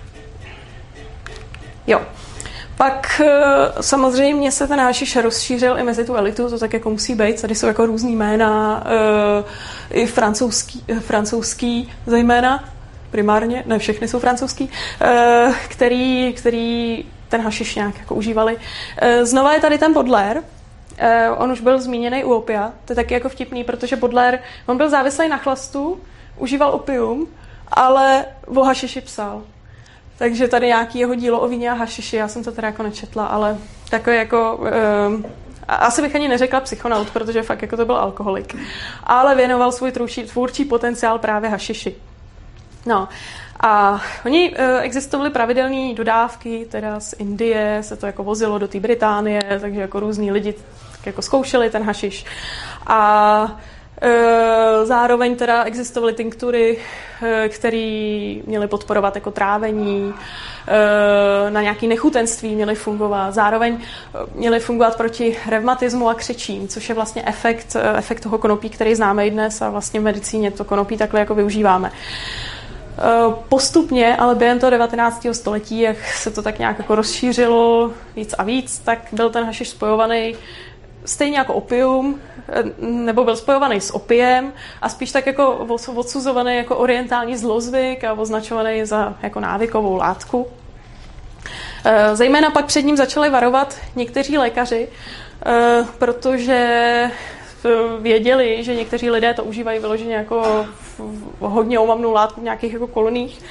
Jo. Pak samozřejmě se ten hašiš rozšířil i mezi tu elitu, to tak jako musí být, tady jsou jako různý jména, i francouzský, francouzský zejména, primárně, ne všechny jsou francouzský, který, který ten hašiš nějak jako užívali. Znova je tady ten Baudelaire, on už byl zmíněný u opia, to je taky jako vtipný, protože Baudelaire, on byl závislý na chlastu, užíval opium, ale o hašiši psal. Takže tady nějaký jeho dílo o víně a hašiši, já jsem to teda jako nečetla, ale takový jako, um, asi bych ani neřekla psychonaut, protože fakt jako to byl alkoholik, ale věnoval svůj tvůrčí, tvůrčí potenciál právě hašiši. No, a oni e, existovaly pravidelné dodávky, teda z Indie se to jako vozilo do té Británie, takže jako různí lidi tak jako zkoušeli ten hašiš. A e, zároveň teda existovaly tinktury, e, které měly podporovat jako trávení, e, na nějaké nechutenství měly fungovat. Zároveň měly fungovat proti revmatismu a křečím, což je vlastně efekt, efekt toho konopí, který známe i dnes a vlastně v medicíně to konopí takhle jako využíváme. Postupně, ale během toho devatenáctého století, jak se to tak nějak jako rozšířilo víc a víc, tak byl ten hašiš spojovaný stejně jako opium, nebo byl spojovaný s opiem a spíš tak jako odsuzovaný jako orientální zlozvyk a označovaný za jako návykovou látku. Zejména pak před ním začali varovat někteří lékaři, protože věděli, že někteří lidé to užívají vyloženě jako hodně omamnou látku v nějakých jako koloniích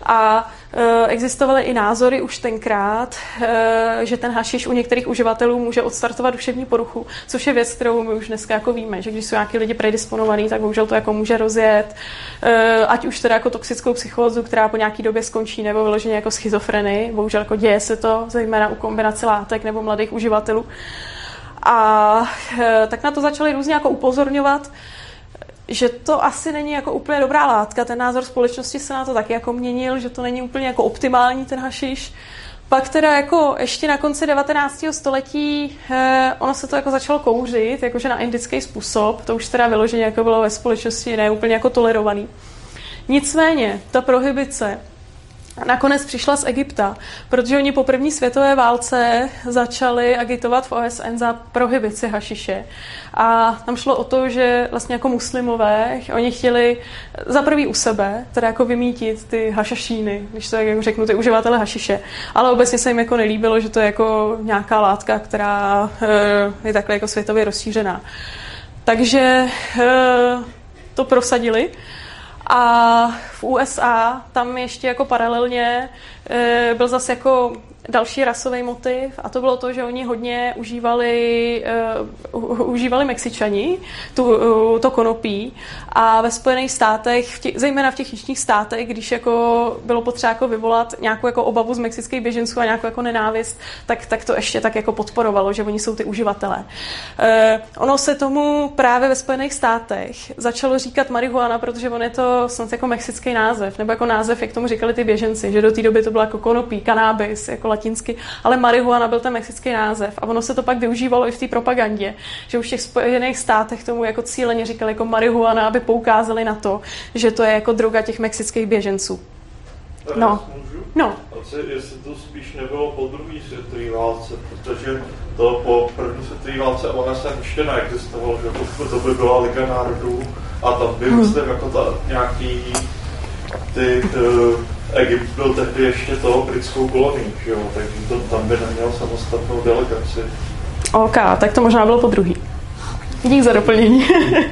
A e, existovaly i názory už tenkrát, e, že ten hašiš u některých uživatelů může odstartovat duševní poruchu, což je věc, kterou my už dneska jako víme, že když jsou nějaký lidi predisponovaní, tak bohužel to jako může rozjet, e, ať už teda jako toxickou psychózu, která po nějaký době skončí, nebo vyloženě jako schizofrenii. Bohužel jako děje se to, zejména u kombinace látek nebo mladých uživatelů. A e, tak na to začali různě jako upozorňovat, že to asi není jako úplně dobrá látka. Ten názor společnosti se na to taky jako měnil, že to není úplně jako optimální ten hašiš. Pak teda jako ještě na konci devatenáctého století eh, ono se to jako začalo kouřit, jakože na indický způsob. To už teda vyloženě jako bylo ve společnosti ne úplně jako tolerovaný. Nicméně ta prohibice nakonec přišla z Egypta, protože oni po první světové válce začali agitovat v O S N za prohibici hašiše. A tam šlo o to, že vlastně jako muslimové, oni chtěli za prvý u sebe, teda jako vymítit ty hašašíny, když to jako řeknu, ty uživatele hašiše. Ale obecně se jim jako nelíbilo, že to je jako nějaká látka, která je takhle jako světově rozšířená. Takže to prosadili. A v U S A tam ještě jako paralelně e, byl zase jako další rasový motiv a to bylo to, že oni hodně užívali, uh, užívali Mexičani tu, uh, to konopí a ve Spojených státech, v těch, zejména v těch jižních státech, když jako bylo potřeba jako vyvolat nějakou jako obavu z mexických běženců a nějakou jako nenávist, tak, tak to ještě tak jako podporovalo, že oni jsou ty uživatelé. Uh, ono se tomu právě ve Spojených státech začalo říkat marihuana, protože on je to snad jako mexický název, nebo jako název, jak tomu říkali ty běženci, že do té doby to bylo jako konopí, kanábis, jako latinsky, ale marihuana byl ten mexický název a ono se to pak využívalo i v té propagandě, že už v těch Spojených státech tomu jako cíleně říkali jako marihuana, aby poukázali na to, že to je jako droga těch mexických běženců. No. No. Asi, jestli to spíš nebylo po druhé světové válce, protože to po první světové válce O S N ještě neexistovalo, že to by byla Liga národů a tam by myslím jako ta nějaký ty uh, Egypt byl tehdy ještě toho britskou kolonií, jo, takže to, tam by neměl samostatnou delegaci. OK, tak to možná bylo po druhý. Dík za doplnění.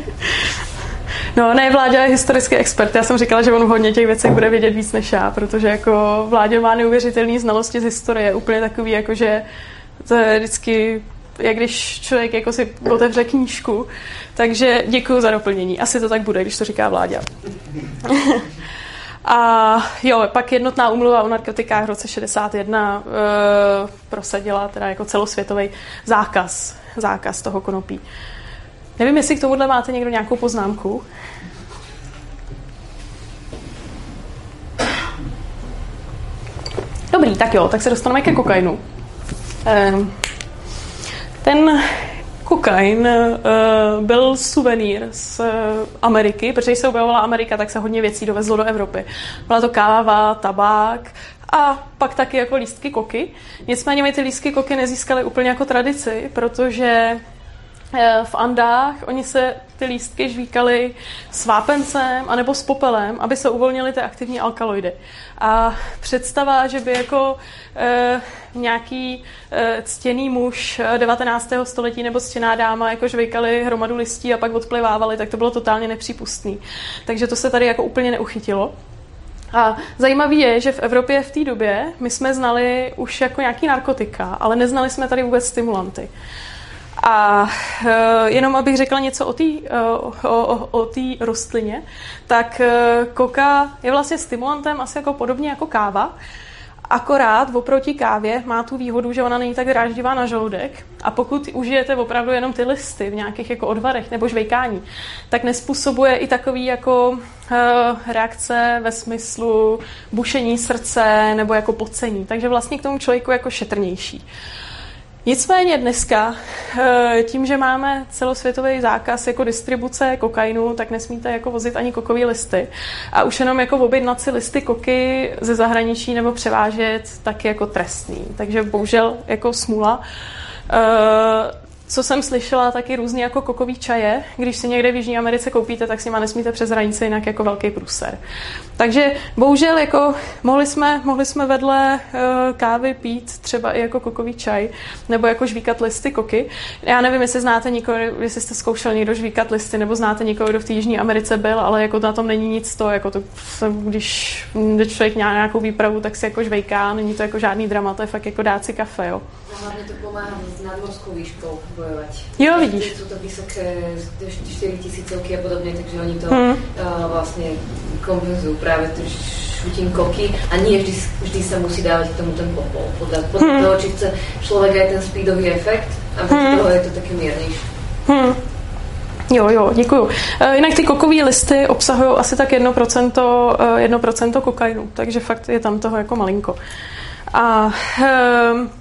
No, ne, Vláďa je historický expert. Já jsem říkala, že on hodně těch věcí bude vědět víc než já, protože jako Vláďa má neuvěřitelné znalosti z historie, úplně takový, jako že to je vždycky, jak když člověk jako si otevře knížku. Takže děkuju za doplnění. Asi to tak bude, když to říká Vláďa. A jo, pak jednotná úmluva o narkotikách v roce šedesát jedna e, prosadila teda jako celosvětový zákaz, zákaz toho konopí. Nevím, jestli k tomuhle máte někdo nějakou poznámku. Dobrý, tak jo, tak se dostaneme ke kokainu. E, ten kokain uh, byl suvenýr z uh, Ameriky, protože když se objevovala Amerika, tak se hodně věcí dovezlo do Evropy. Byla to káva, tabák a pak taky jako lístky koky. Nicméně my ty lístky koky nezískaly úplně jako tradici, protože uh, v Andách oni se ty lístky žvíkaly s vápencem anebo s popelem, aby se uvolnily ty aktivní alkaloidy. A představa, že by jako e, nějaký e, ctěný muž devatenáctého století nebo ctěná dáma jako žvejkali hromadu listí a pak odplivávali, tak to bylo totálně nepřípustný. Takže to se tady jako úplně neuchytilo. A zajímavý je, že v Evropě v té době my jsme znali už jako nějaký narkotika, ale neznali jsme tady vůbec stimulanty. A uh, jenom abych řekla něco o té uh, o, o, o té rostlině, tak uh, koka je vlastně stimulantem asi jako podobně jako káva, akorát oproti kávě má tu výhodu, že ona není tak dráždivá na žaludek a pokud užijete opravdu jenom ty listy v nějakých jako odvarech nebo žvejkání, tak nespůsobuje i takový jako uh, reakce ve smyslu bušení srdce nebo jako pocení, takže vlastně k tomu člověku jako šetrnější. Nicméně dneska, tím, že máme celosvětový zákaz jako distribuce kokainu, tak nesmíte jako vozit ani kokový listy. A už jenom jako objednat si listy koky ze zahraničí nebo převážet, tak je jako trestný. Takže bohužel jako smůla. co jsem slyšela, taky různý jako kokový čaje. Když si někde v Jižní Americe koupíte, tak si má nesmíte přes hranice, jinak jako velký průser. Takže bohužel jako mohli jsme, mohli jsme vedle uh, kávy pít třeba i jako kokový čaj, nebo jako žvíkat listy koky. Já nevím, jestli znáte někoho, jestli jste zkoušel někdo žvíkat listy, nebo znáte někoho, kdo v té Jižní Americe byl, ale jako na tom není nic to, jako to, když jde člověk měl nějakou výpravu, tak si jako žvejká, není to jako žádný drama, to je fakt jako dát si kafe, jo. Hlavně to pomáhá s nadmorskou výškou bojovat. Jo, vidíš. Jsou to vysoké štyri tisícovky a podobně, takže oni to hmm. uh, vlastně kompenzují právě tu šutin koky a nie vždy, vždy sa musí dávať k tomu ten popol. Podľa, podľa hmm. toho, či chce človek aj ten speedový efekt a bez hmm. toho je to také mírnější. Hmm. Jo, jo, děkuju. Jinak ty kokové listy obsahují asi tak jedno procento, jedno procento kokainu, takže fakt je tam toho jako malinko. A um,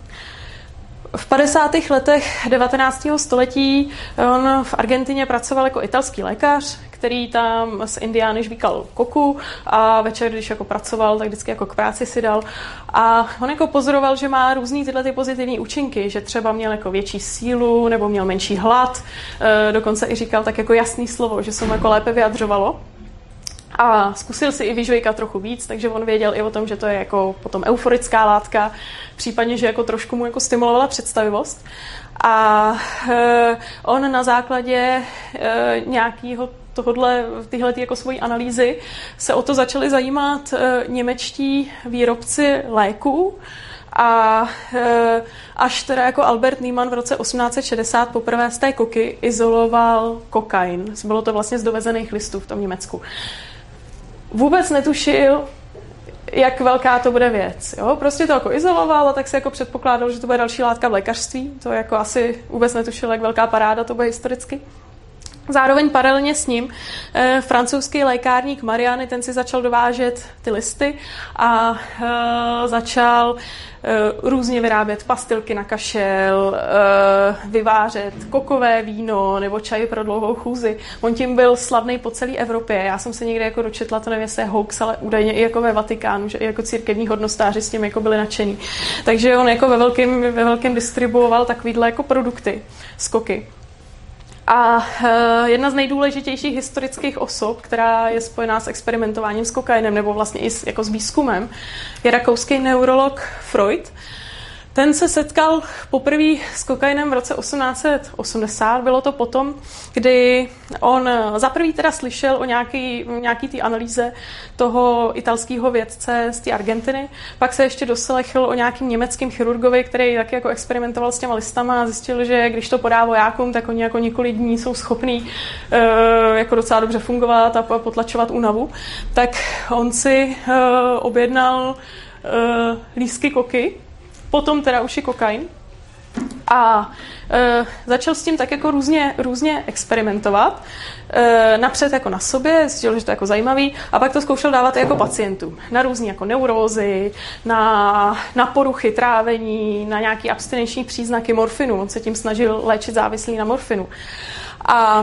v padesátých letech devatenáctého století on v Argentině pracoval jako italský lékař, který tam z Indiány žvíkal koku a večer, když jako pracoval, tak vždycky jako k práci si dal. A on jako pozoroval, že má různý tyhle ty pozitivní účinky, že třeba měl jako větší sílu nebo měl menší hlad. E, dokonce i říkal tak jako jasný slovo, že se mu jako lépe vyjadřovalo. A zkusil si i vyžvejkat trochu víc, takže on věděl i o tom, že to je jako potom euforická látka, případně, že jako trošku mu jako stimulovala představivost. A e, on na základě e, nějakého tohodle, tyhle jako svojí analýzy se o to začali zajímat e, němečtí výrobci léků a e, až teda jako Albert Niemann v roce osmnáct set šedesát poprvé z té koky izoloval kokain. Bylo to vlastně z dovezených listů v tom Německu. Vůbec netušil, jak velká to bude věc. Jo? Prostě to jako izoloval a tak se jako předpokládal, že to bude další látka v lékařství. To jako asi vůbec netušil, jak velká paráda to bude historicky. Zároveň paralelně s ním eh, francouzský lékárník Mariani, ten si začal dovážet ty listy a eh, začal eh, různě vyrábět pastilky na kašel, eh, vyvážet kokové víno nebo čaj pro dlouhou chůzi. On tím byl slavný po celé Evropě. Já jsem se někde jako dočetla, to nevím, jestli je hoax, ale údajně i jako ve Vatikánu, že i jako církevní hodnostáři s tím jako byli nadšení. Takže on jako ve velkém, ve velkém distribuoval takovýhle jako produkty z koky. A jedna z nejdůležitějších historických osob, která je spojená s experimentováním s kokainem nebo vlastně i s, jako s výzkumem, je rakouský neurolog Freud. Ten se setkal poprvé s kokainem v roce osmnáct set osmdesát. Bylo to potom, kdy on zaprvé teda slyšel o nějaký, nějaký té analýze toho italského vědce z té Argentiny. Pak se ještě doslechl o nějakým německým chirurgovi, který taky jako experimentoval s těma listama a zjistil, že když to podá vojákům, tak oni jako několik dní jsou schopní uh, jako docela dobře fungovat a potlačovat únavu. Tak on si uh, objednal uh, lístky koky, potom teda už i kokain a e, začal s tím tak jako různě, různě experimentovat. E, napřed jako na sobě, zjistil, že to je jako zajímavý a pak to zkoušel dávat i jako pacientům. Na různý jako neurózy, na, na poruchy trávení, na nějaký abstinenční příznaky morfinu. On se tím snažil léčit závislý na morfinu. A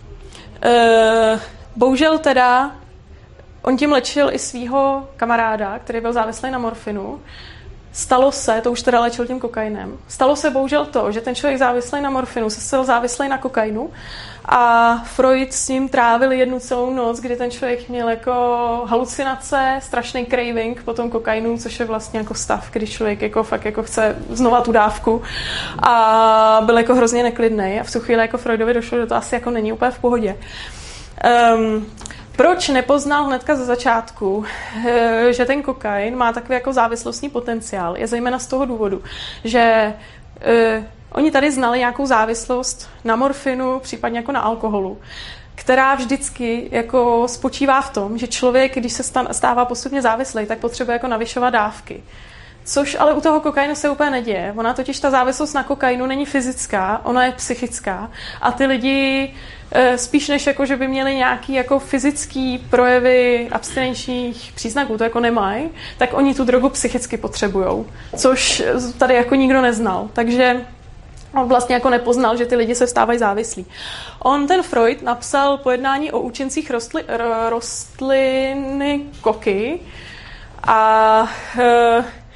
e, bohužel teda on tím léčil i svýho kamaráda, který byl závislý na morfinu. Stalo se, to už teda léčil tím kokainem, stalo se bohužel to, že ten člověk závislý na morfinu se stal závislý na kokainu a Freud s ním trávil jednu celou noc, kdy ten člověk měl jako halucinace, strašný craving po tom kokainu, což je vlastně jako stav, kdy člověk jako fakt jako chce znova tu dávku a byl jako hrozně neklidnej a v tu chvíli jako Freudovi došlo, že to asi jako není úplně v pohodě. Um, Proč nepoznal hnedka ze začátku, že ten kokain má takový jako závislostní potenciál? Je zejména z toho důvodu, že uh, oni tady znali nějakou závislost na morfinu, případně jako na alkoholu, která vždycky jako spočívá v tom, že člověk, když se stává postupně závislý, tak potřebuje jako navyšovat dávky. Což ale u toho kokainu se úplně neděje. Ona totiž ta závislost na kokainu není fyzická, ona je psychická. A ty lidi spíš než jako, že by měli nějaký jako fyzický projevy abstinenčních příznaků, to jako nemají, tak oni tu drogu psychicky potřebujou. Což tady jako nikdo neznal. Takže on vlastně jako nepoznal, že ty lidi se stávají závislí. On, ten Freud, napsal pojednání o účincích rostli, rostliny koky a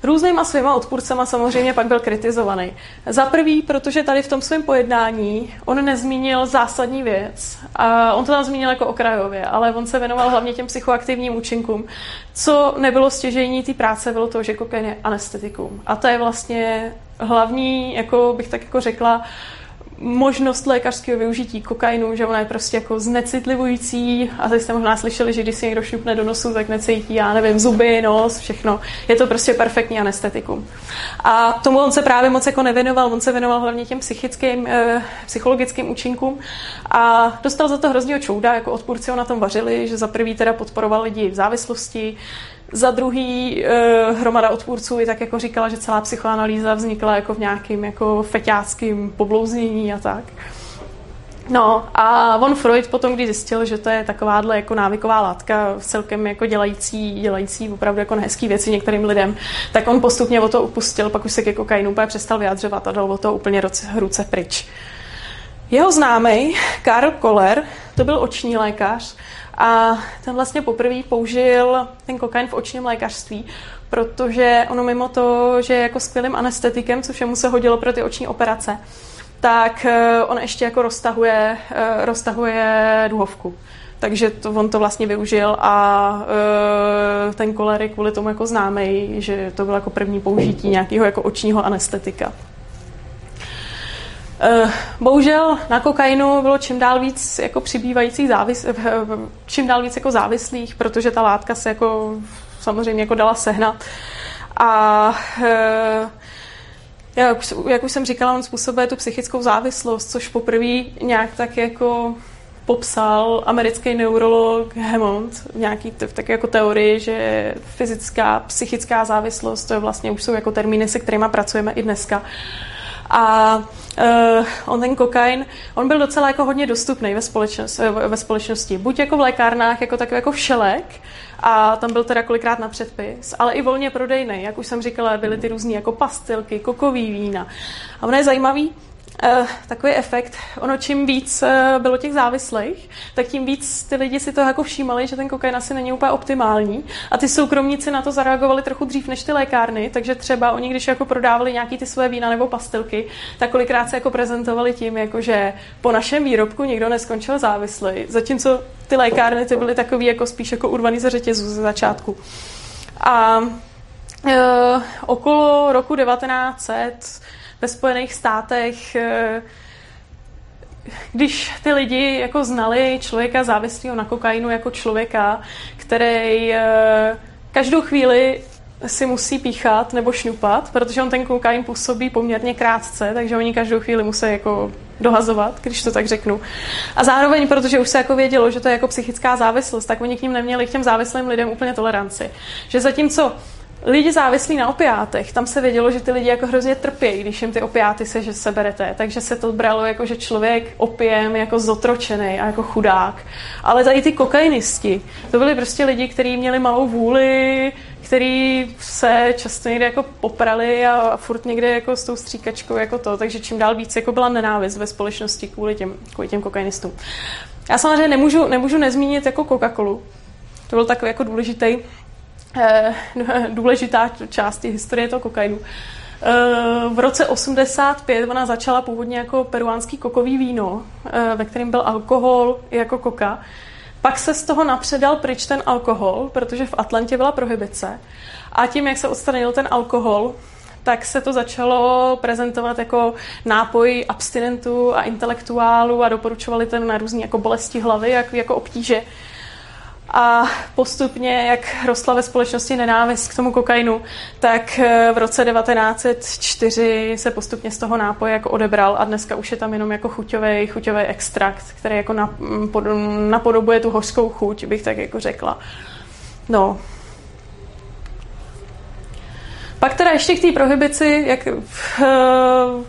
různýma svýma odpůrcema samozřejmě pak byl kritizovaný. Za prvý, protože tady v tom svém pojednání on nezmínil zásadní věc. A on to tam zmínil jako okrajově, ale on se věnoval hlavně těm psychoaktivním účinkům. Co nebylo stěžejní té práce, bylo to, že kokain je anestetikum. A to je vlastně hlavní, jako bych tak jako řekla, možnost lékařského využití kokainu, že ona je prostě jako znecitlivující a teď jste možná slyšeli, že když si někdo šňupne do nosu, tak necítí, já nevím, zuby, nos, všechno. Je to prostě perfektní anestetikum. A tomu on se právě moc jako nevěnoval, on se věnoval hlavně těm psychickým, eh, psychologickým účinkům a dostal za to hroznýho čouda, jako odpůrci ho na tom vařili, že za prvý teda podporoval lidi v závislosti, za druhý eh, hromada odpůrců i tak jako říkala, že celá psychoanalýza vznikla jako v nějakým jako feťáckým poblouznění a tak. No a von Freud potom, když zjistil, že to je takováhle jako návyková látka celkem jako dělající, dělající opravdu jako nehezký věci některým lidem, tak on postupně o to upustil, pak už se ke kokainu úplně přestal vyjadřovat a dal o to úplně ruce, ruce pryč. Jeho známej Karl Koller, to byl oční lékař, a ten vlastně poprvé použil ten kokain v očním lékařství, protože ono mimo to, že je jako skvělým anestetikem, což mu se hodilo pro ty oční operace, tak on ještě jako roztahuje, roztahuje duhovku. Takže to, on to vlastně využil a ten Koller je kvůli tomu jako známej, že to bylo jako první použití nějakého jako očního anestetika. Bohužel na kokainu bylo čím dál víc jako přibývajících závis, čím dál víc jako závislých, protože ta látka se jako samozřejmě jako dala sehnat. A jak už, jak už jsem říkala, on způsobuje tu psychickou závislost, což poprvé nějak tak jako popsal americký neurolog Hammond v nějaký v také jako teorii, že fyzická, psychická závislost, to je vlastně už jsou jako termíny, se kterými pracujeme i dneska. A uh, on ten kokain, on byl docela jako hodně dostupný ve společnosti, ve společnosti. Buď jako v lékárnách, jako takový jako všelek, a tam byl teda kolikrát na předpis, ale i volně prodejný. Jak už jsem říkala, byly ty různý jako pastilky, kokový vína. A ono je zajímavý, Uh, takový efekt, ono čím víc uh, bylo těch závislých, tak tím víc ty lidi si to jako všímali, že ten kokain asi není úplně optimální a ty soukromníci na to zareagovali trochu dřív než ty lékárny, takže třeba oni, když jako prodávali nějaký ty své vína nebo pastilky, tak kolikrát se jako prezentovali tím, jako že po našem výrobku nikdo neskončil závislý, zatímco ty lékárny ty byly takový jako spíš jako urvaný ze řetězu ze začátku. A uh, okolo roku devatenáct set ve Spojených státech, když ty lidi jako znali člověka závislého na kokainu jako člověka, který každou chvíli si musí píchat nebo šňupat, protože on ten kokain působí poměrně krátce, takže oni každou chvíli musí jako dohazovat, když to tak řeknu. A zároveň, protože už se jako vědělo, že to je jako psychická závislost, tak oni k ním neměli k těm závislým lidem úplně toleranci. Že zatímco lidi závislí na opiátech, tam se vědělo, že ty lidi jako hrozně trpějí, když jim ty opiáty se, že seberete, takže se to bralo jako, že člověk opiem jako zotročený a jako chudák. Ale tady ty kokainisti, to byli prostě lidi, kteří měli malou vůli, kteří se často někde jako poprali a, a furt někde jako s tou stříkačkou jako to, takže čím dál víc jako byla nenávist ve společnosti kvůli těm, kvůli těm kokainistům. Já samozřejmě nemůžu, nemůžu nezmínit jako Coca-Colu. To byl takový jako důležitý důležitá část historie toho kokainu. V roce osmdesát pět ona začala původně jako peruánský kokový víno, ve kterém byl alkohol i jako koka. Pak se z toho napředal pryč ten alkohol, protože v Atlantě byla prohibice. A tím, jak se odstranil ten alkohol, tak se to začalo prezentovat jako nápoj abstinentů a intelektuálů a doporučovali to na různé jako bolesti hlavy, jako, jako obtíže. A postupně, jak rostla ve společnosti nenávist k tomu kokainu, tak v roce devatenáct set čtyři se postupně z toho nápoje jako odebral a dneska už je tam jenom jako chuťový, chuťový extrakt, který jako napodobuje tu hořkou chuť, bych tak jako řekla. No. Pak teda ještě k té prohibici, jak uh,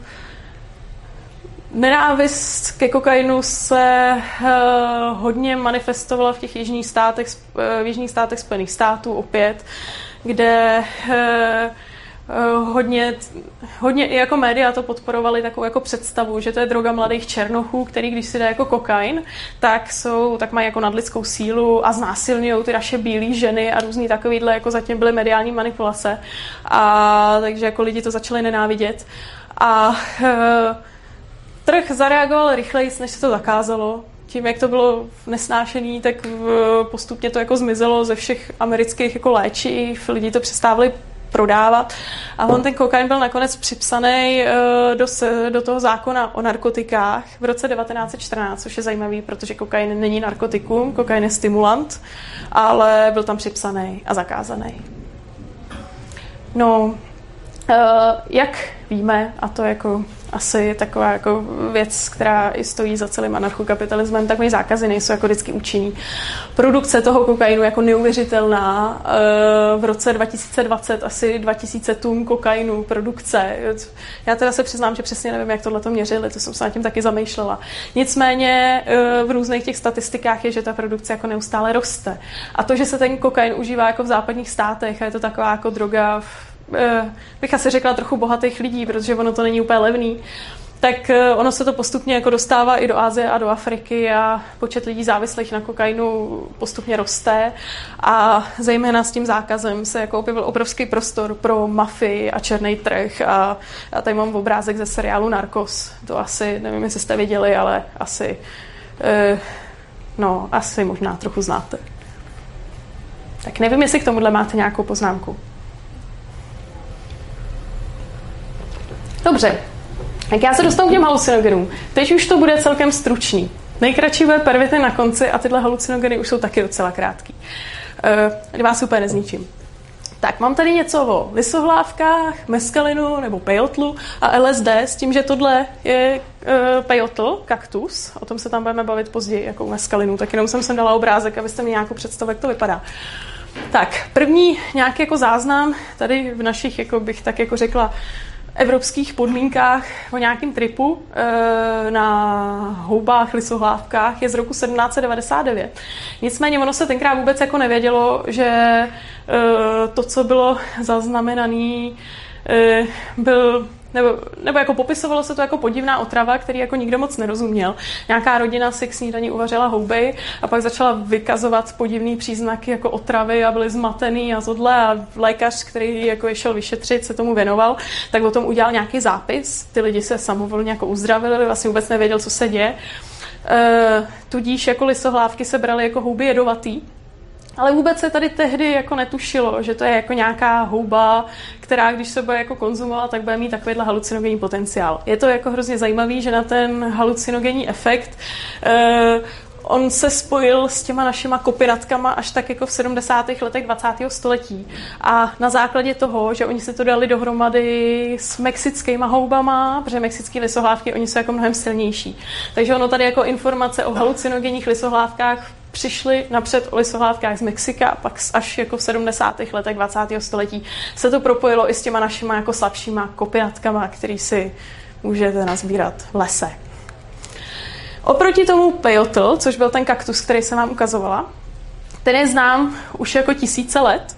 nenávist ke kokainu se uh, hodně manifestovala v těch jižních státech, uh, v jižních státech Spojených států opět, kde uh, hodně, hodně i jako média to podporovali takovou jako představu, že to je droga mladých černochů, který když si dá jako kokain, tak jsou, tak mají jako nadlidskou sílu a znásilňují ty naše bílé ženy a různý takovýhle, jako zatím byly mediální manipulace. A takže jako lidi to začali nenávidět. A e, trh zareagoval rychleji, než se to zakázalo. Tím, jak to bylo nesnášený, tak postupně to jako zmizelo ze všech amerických jako léčiv, lidi to přestávali prodávat. A on ten kokain byl nakonec připsaný do, do toho zákona o narkotikách v roce devatenáct set čtrnáct, což je zajímavý, protože kokain není narkotikum, kokain je stimulant, ale byl tam připsaný a zakázaný. No, jak víme, a to jako asi taková jako věc, která i stojí za celým anarchokapitalismem, takové zákazy nejsou jako vždycky účinný. Produkce toho kokainu jako neuvěřitelná. V roce dva tisíce dvacet asi dva tisíce tun kokainu produkce. Já teda se přiznám, že přesně nevím, jak tohle to měřili, to jsem se nad tím taky zamýšlela. Nicméně v různých těch statistikách je, že ta produkce jako neustále roste. A to, že se ten kokain užívá jako v západních státech a je to taková jako droga v bych asi řekla trochu bohatých lidí, protože ono to není úplně levný, tak ono se to postupně jako dostává i do Asie a do Afriky a počet lidí závislých na kokainu postupně roste a zejména s tím zákazem se jako objevil obrovský prostor pro mafii a černý trh a, a tady mám obrázek ze seriálu Narcos. To asi, nevím, jestli jste viděli, ale asi eh, no, asi možná trochu znáte. Tak nevím, jestli k tomuhle máte nějakou poznámku. Dobře, tak já se dostanu k těm halucinogenům. Teď už to bude celkem stručný. Nejkratší bude pervitin na konci a tyhle halucinogeny už jsou taky docela krátký. Uh, vás úplně nezničím. Tak, mám tady něco o lisohlávkách, meskalinu nebo pejotlu a L S D s tím, že tohle je uh, pejotl, kaktus. O tom se tam budeme bavit později, jako meskalinu. Tak jenom jsem sem dala obrázek, abyste měli nějakou představu, jak to vypadá. Tak, první nějaký jako záznam tady v našich, jako bych tak jako řekla, evropských podmínkách o nějakém tripu e, na houbách, lisohlávkách je z roku sedmnáct set devadesát devět. Nicméně ono se tenkrát vůbec jako nevědělo, že e, to, co bylo zaznamenané, e, byl Nebo, nebo jako popisovalo se to jako podivná otrava, který jako nikdo moc nerozuměl. Nějaká rodina si k snídani uvařila houby a pak začala vykazovat podivný příznaky jako otravy a byli zmatený a tohle a lékař, který jako je šel vyšetřit, se tomu věnoval, tak o tom udělal nějaký zápis. Ty lidi se samovolně jako uzdravili, vlastně vůbec nevěděl, co se děje. E, tudíž jako lisohlávky se braly jako houby jedovatý. Ale vůbec se tady tehdy jako netušilo, že to je jako nějaká houba, která když se bude jako konzumovat, tak bude mít takovýhle halucinogenní potenciál. Je to jako hrozně zajímavý, že na ten halucinogenní efekt eh, on se spojil s těma našima kopiratkama až tak jako v sedmdesátých letech dvacátého století. A na základě toho, že oni se to dali dohromady s mexickýma houbama, protože mexický lisohlávky, oni jsou jako mnohem silnější. Takže ono tady jako informace o halucinogenních lisohlávkách přišly napřed o lisohlávkách z Mexika a pak až jako v sedmdesátých letech dvacátého století se to propojilo i s těma našima jako slabšíma kopiratkama, který si můžete nazbírat v lese. Oproti tomu pejotl, což byl ten kaktus, který jsem vám ukazovala, ten je znám už jako tisíce let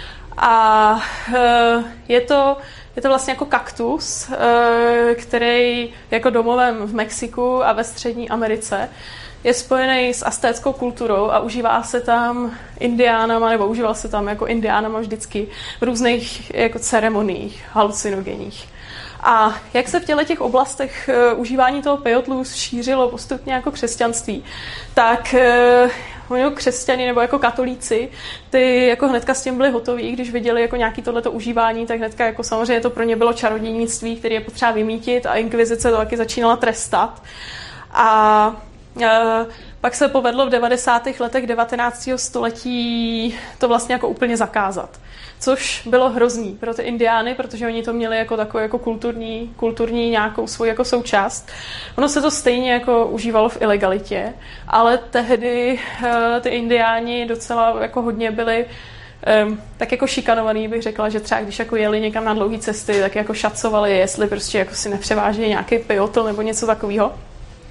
a je to, je to vlastně jako kaktus, který jako domovem v Mexiku a ve Střední Americe je spojený s aztéckou kulturou a užívá se tam indiánama, nebo užíval se tam jako indiánama vždycky v různých jako ceremoniích halucinogenních. A jak se v těchto těch oblastech uh, užívání toho pejotlu šířilo postupně jako křesťanství, tak uh, křesťani nebo jako katolíci, ty jako hnedka s tím byli hotoví, když viděli jako nějaký tohleto užívání, tak hnedka jako samozřejmě to pro ně bylo čarodějnictví, které je potřeba vymítit a inkvizice to taky začínala trestat. A uh, pak se povedlo v devadesátých letech devatenáctého století to vlastně jako úplně zakázat. Což bylo hrozný pro ty indiány, protože oni to měli jako takovou jako kulturní, kulturní nějakou svou jako součást. Ono se to stejně jako užívalo v ilegalitě, ale tehdy uh, ty indiáni docela jako hodně byli um, tak jako šikanovaný, bych řekla, že třeba když jako jeli někam na dlouhé cesty, tak jako šacovali, jestli prostě jako si nepřeváží nějaký pejotl nebo něco takového.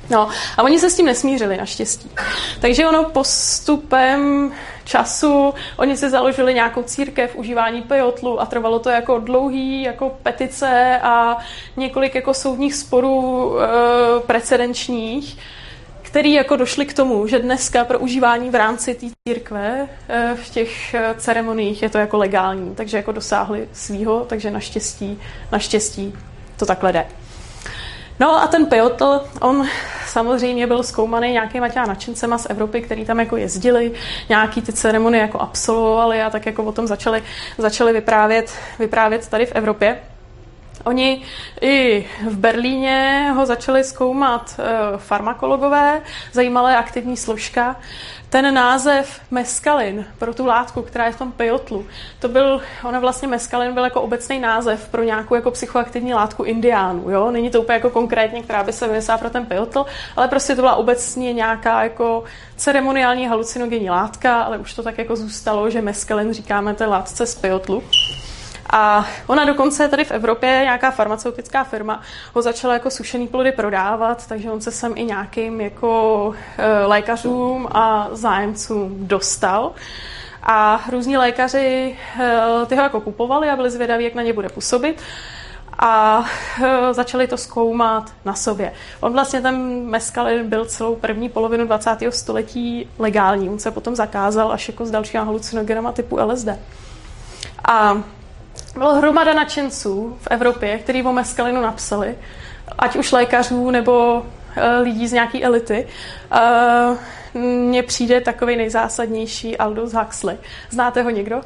No a oni se s tím nesmířili naštěstí. Takže ono postupem času, oni si založili nějakou církev užívání pejotlu a trvalo to jako dlouhý jako petice a několik jako soudních sporů e, precedenčních, který jako došli k tomu, že dneska pro užívání v rámci té církve e, v těch ceremoniích je to jako legální, takže jako dosáhli svýho, takže naštěstí, naštěstí to takhle jde. No a ten pejotl, on samozřejmě byl zkoumaný nějakýma těma nadšencema z Evropy, který tam jako jezdili, nějaký ty ceremonie jako absolvovali a tak jako o tom začali, začali vyprávět, vyprávět tady v Evropě. Oni i v Berlíně ho začali zkoumat e, farmakologové, zajímala je aktivní složka. Ten název meskalin pro tu látku, která je v tom pejotlu, to byl, ona vlastně meskalin byl jako obecný název pro nějakou jako psychoaktivní látku indiánů, jo? Není to úplně jako konkrétně, která by se vymyslela pro ten pejotl, ale prostě to byla obecně nějaká jako ceremoniální halucinogenní látka, ale už to tak jako zůstalo, že meskalin říkáme té látce z pejotlu. A ona dokonce tady v Evropě, nějaká farmaceutická firma, ho začala jako sušený plody prodávat, takže on se sem i nějakým jako e, lékařům a zájemcům dostal. A různí lékaři e, ty ho jako kupovali a byli zvědaví, jak na ně bude působit. A e, začali to zkoumat na sobě. On vlastně ten meskalin byl celou první polovinu dvacátého století legální. On se potom zakázal až jako s dalšíma halucinogenama typu L S D. A bylo hromada nadšenců v Evropě, kteří o meskalinu napsali, ať už lékařů nebo e, lidí z nějaké elity. E, mně přijde takovej nejzásadnější Aldous Huxley. Znáte ho někdo?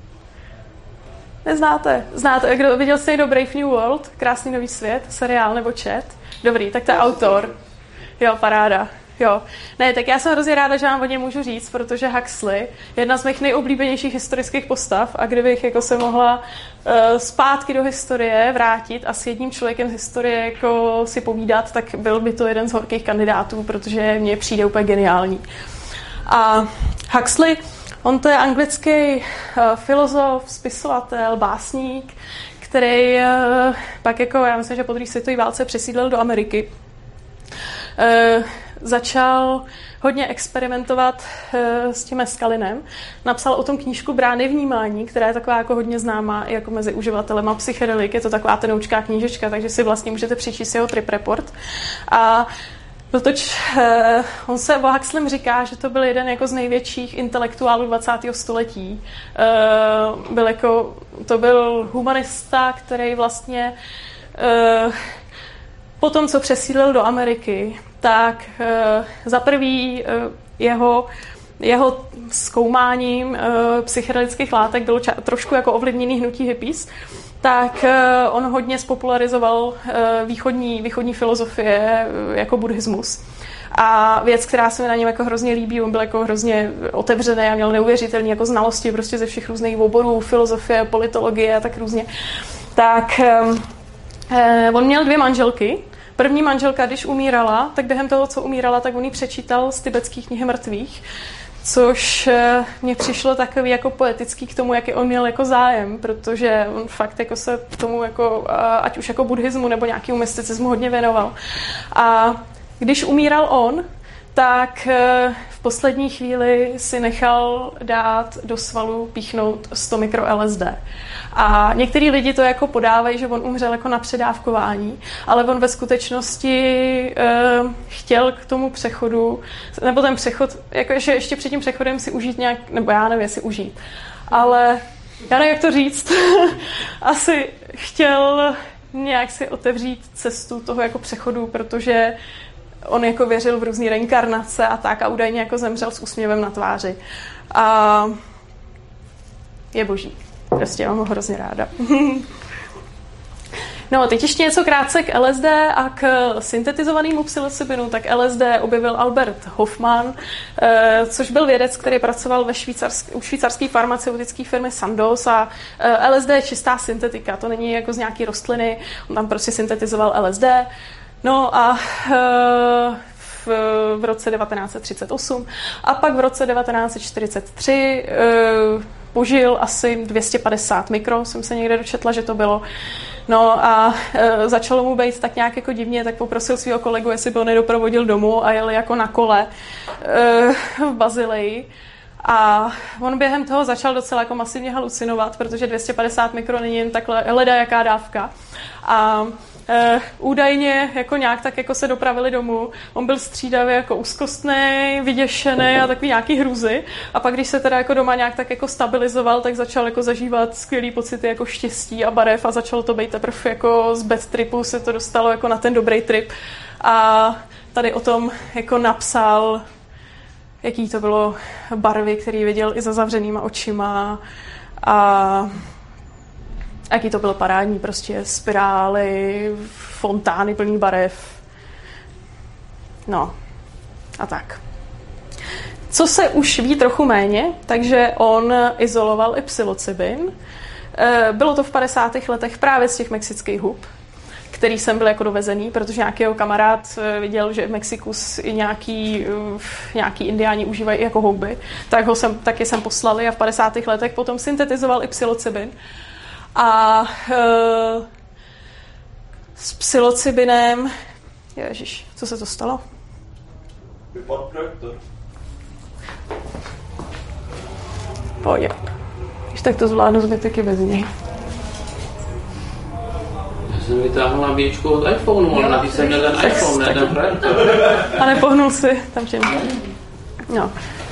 Neznáte? Znáte? Kdo viděl jste někdo Brave New World? Krásný nový svět? Seriál nebo čet? Dobrý, tak to je autor. Jo, paráda. Jo. Ne, tak já jsem hrozně ráda, že vám o něm můžu říct, protože Huxley je jedna z mých nejoblíbenějších historických postav a kdybych jako se mohla uh, zpátky do historie vrátit a s jedním člověkem z historie jako si povídat, tak byl by to jeden z horkých kandidátů, protože mně přijde úplně geniální. A Huxley, on to je anglický uh, filozof, spisovatel, básník, který uh, pak jako, já myslím, že po druhé světové válce přesídlil do Ameriky. Uh, začal hodně experimentovat e, s tím meskalinem. Napsal o tom knížku Brány vnímání, která je taková jako hodně známá i jako mezi uživatelema psychedelik. Je to taková tenoučká knížečka, takže si vlastně můžete přečíst jeho trip report. A Protože eh, on se o Huxleym říká, že to byl jeden jako z největších intelektuálů dvacátého století. Eh, byl jako, to byl humanista, který vlastně eh, po tom, co přesídlil do Ameriky, tak eh, za prvý eh, jeho jeho zkoumáním e, psychedelických látek bylo ča- trošku jako ovlivněný hnutí hippies, tak e, on hodně spopularizoval e, východní, východní filozofie e, jako buddhismus. A věc, která se mi na něm jako hrozně líbí, on byl jako hrozně otevřený a měl neuvěřitelné jako znalosti prostě ze všech různých oborů, filozofie, politologie a tak různě. Tak e, on měl dvě manželky. První manželka, když umírala, tak během toho, co umírala, tak on jí přečítal z tibetské knihy mrtvých, což mně přišlo takový jako poetický k tomu, jaký on měl jako zájem, protože on fakt jako se tomu jako, ať už jako buddhismu nebo nějakému mysticismu hodně věnoval. A když umíral on, tak v poslední chvíli si nechal dát do svalu píchnout sto mikro L S D. A některý lidi to jako podávají, že on umřel jako na předávkování, ale on ve skutečnosti e, chtěl k tomu přechodu, nebo ten přechod, jako že ještě před tím přechodem si užít nějak, nebo já nevím, jestli užít, ale já nevím, jak to říct, asi chtěl nějak si otevřít cestu toho jako přechodu, protože on jako věřil v různý reinkarnace a tak a údajně jako zemřel s úsměvem na tváři. A je boží. Prostě mám ho hrozně ráda. No, teď ještě něco krátce k L S D a k syntetizovanému psilocybinu. Tak L S D objevil Albert Hofmann, což byl vědec, který pracoval ve švýcarsk- u švýcarské farmaceutické firmy Sandoz a L S D je čistá syntetika, to není jako z nějaký rostliny, on tam prostě syntetizoval L S D. No a v, v roce devatenáct set třicet osm a pak v roce devatenáct set čtyřicet tři požil asi dvě stě padesát mikro, jsem se někde dočetla, že to bylo. No a e, začalo mu být tak nějak jako divně, tak poprosil svého kolegu, jestli by ho nedoprovodil domů a jeli jako na kole e, v Bazileji. A on během toho začal docela jako masivně halucinovat, protože dvě stě padesát mikro není jen takhle leda jaká dávka. A e, údajně jako nějak tak jako se dopravili domů. On byl střídavě jako úzkostný, vyděšený a takový nějaký hrůzy. A pak, když se teda jako doma nějak tak jako stabilizoval, tak začal jako zažívat skvělý pocity jako štěstí a barev a začalo to být teprve jako z bad tripu se to dostalo jako na ten dobrý trip. A tady o tom jako napsal, jaký to bylo barvy, který viděl i za zavřenýma očima a jaký to bylo parádní, prostě spirály, fontány plný barev. No a tak. Co se už ví trochu méně, takže on izoloval i psilocybin. Bylo to v padesátých letech právě z těch mexických hub, který jsem byl jako dovezený, protože nějaký jeho kamarád viděl, že v Mexiku i nějaký, nějaký indiáni užívají jako houby, tak ho jsem, taky jsem poslali a v padesátých letech potom syntetizoval i psilocybin. A e, s psilocybinem, ježiš, co se to stalo? Vypadl projektor. Pojď. Když tak to zvládnu zbytek i bez něj. Já jsem vytáhl nabíječku od iPhoneu, ale navíc jsem měl ten iPhone, ne ten projektor. A nepohnul si tam čím. No.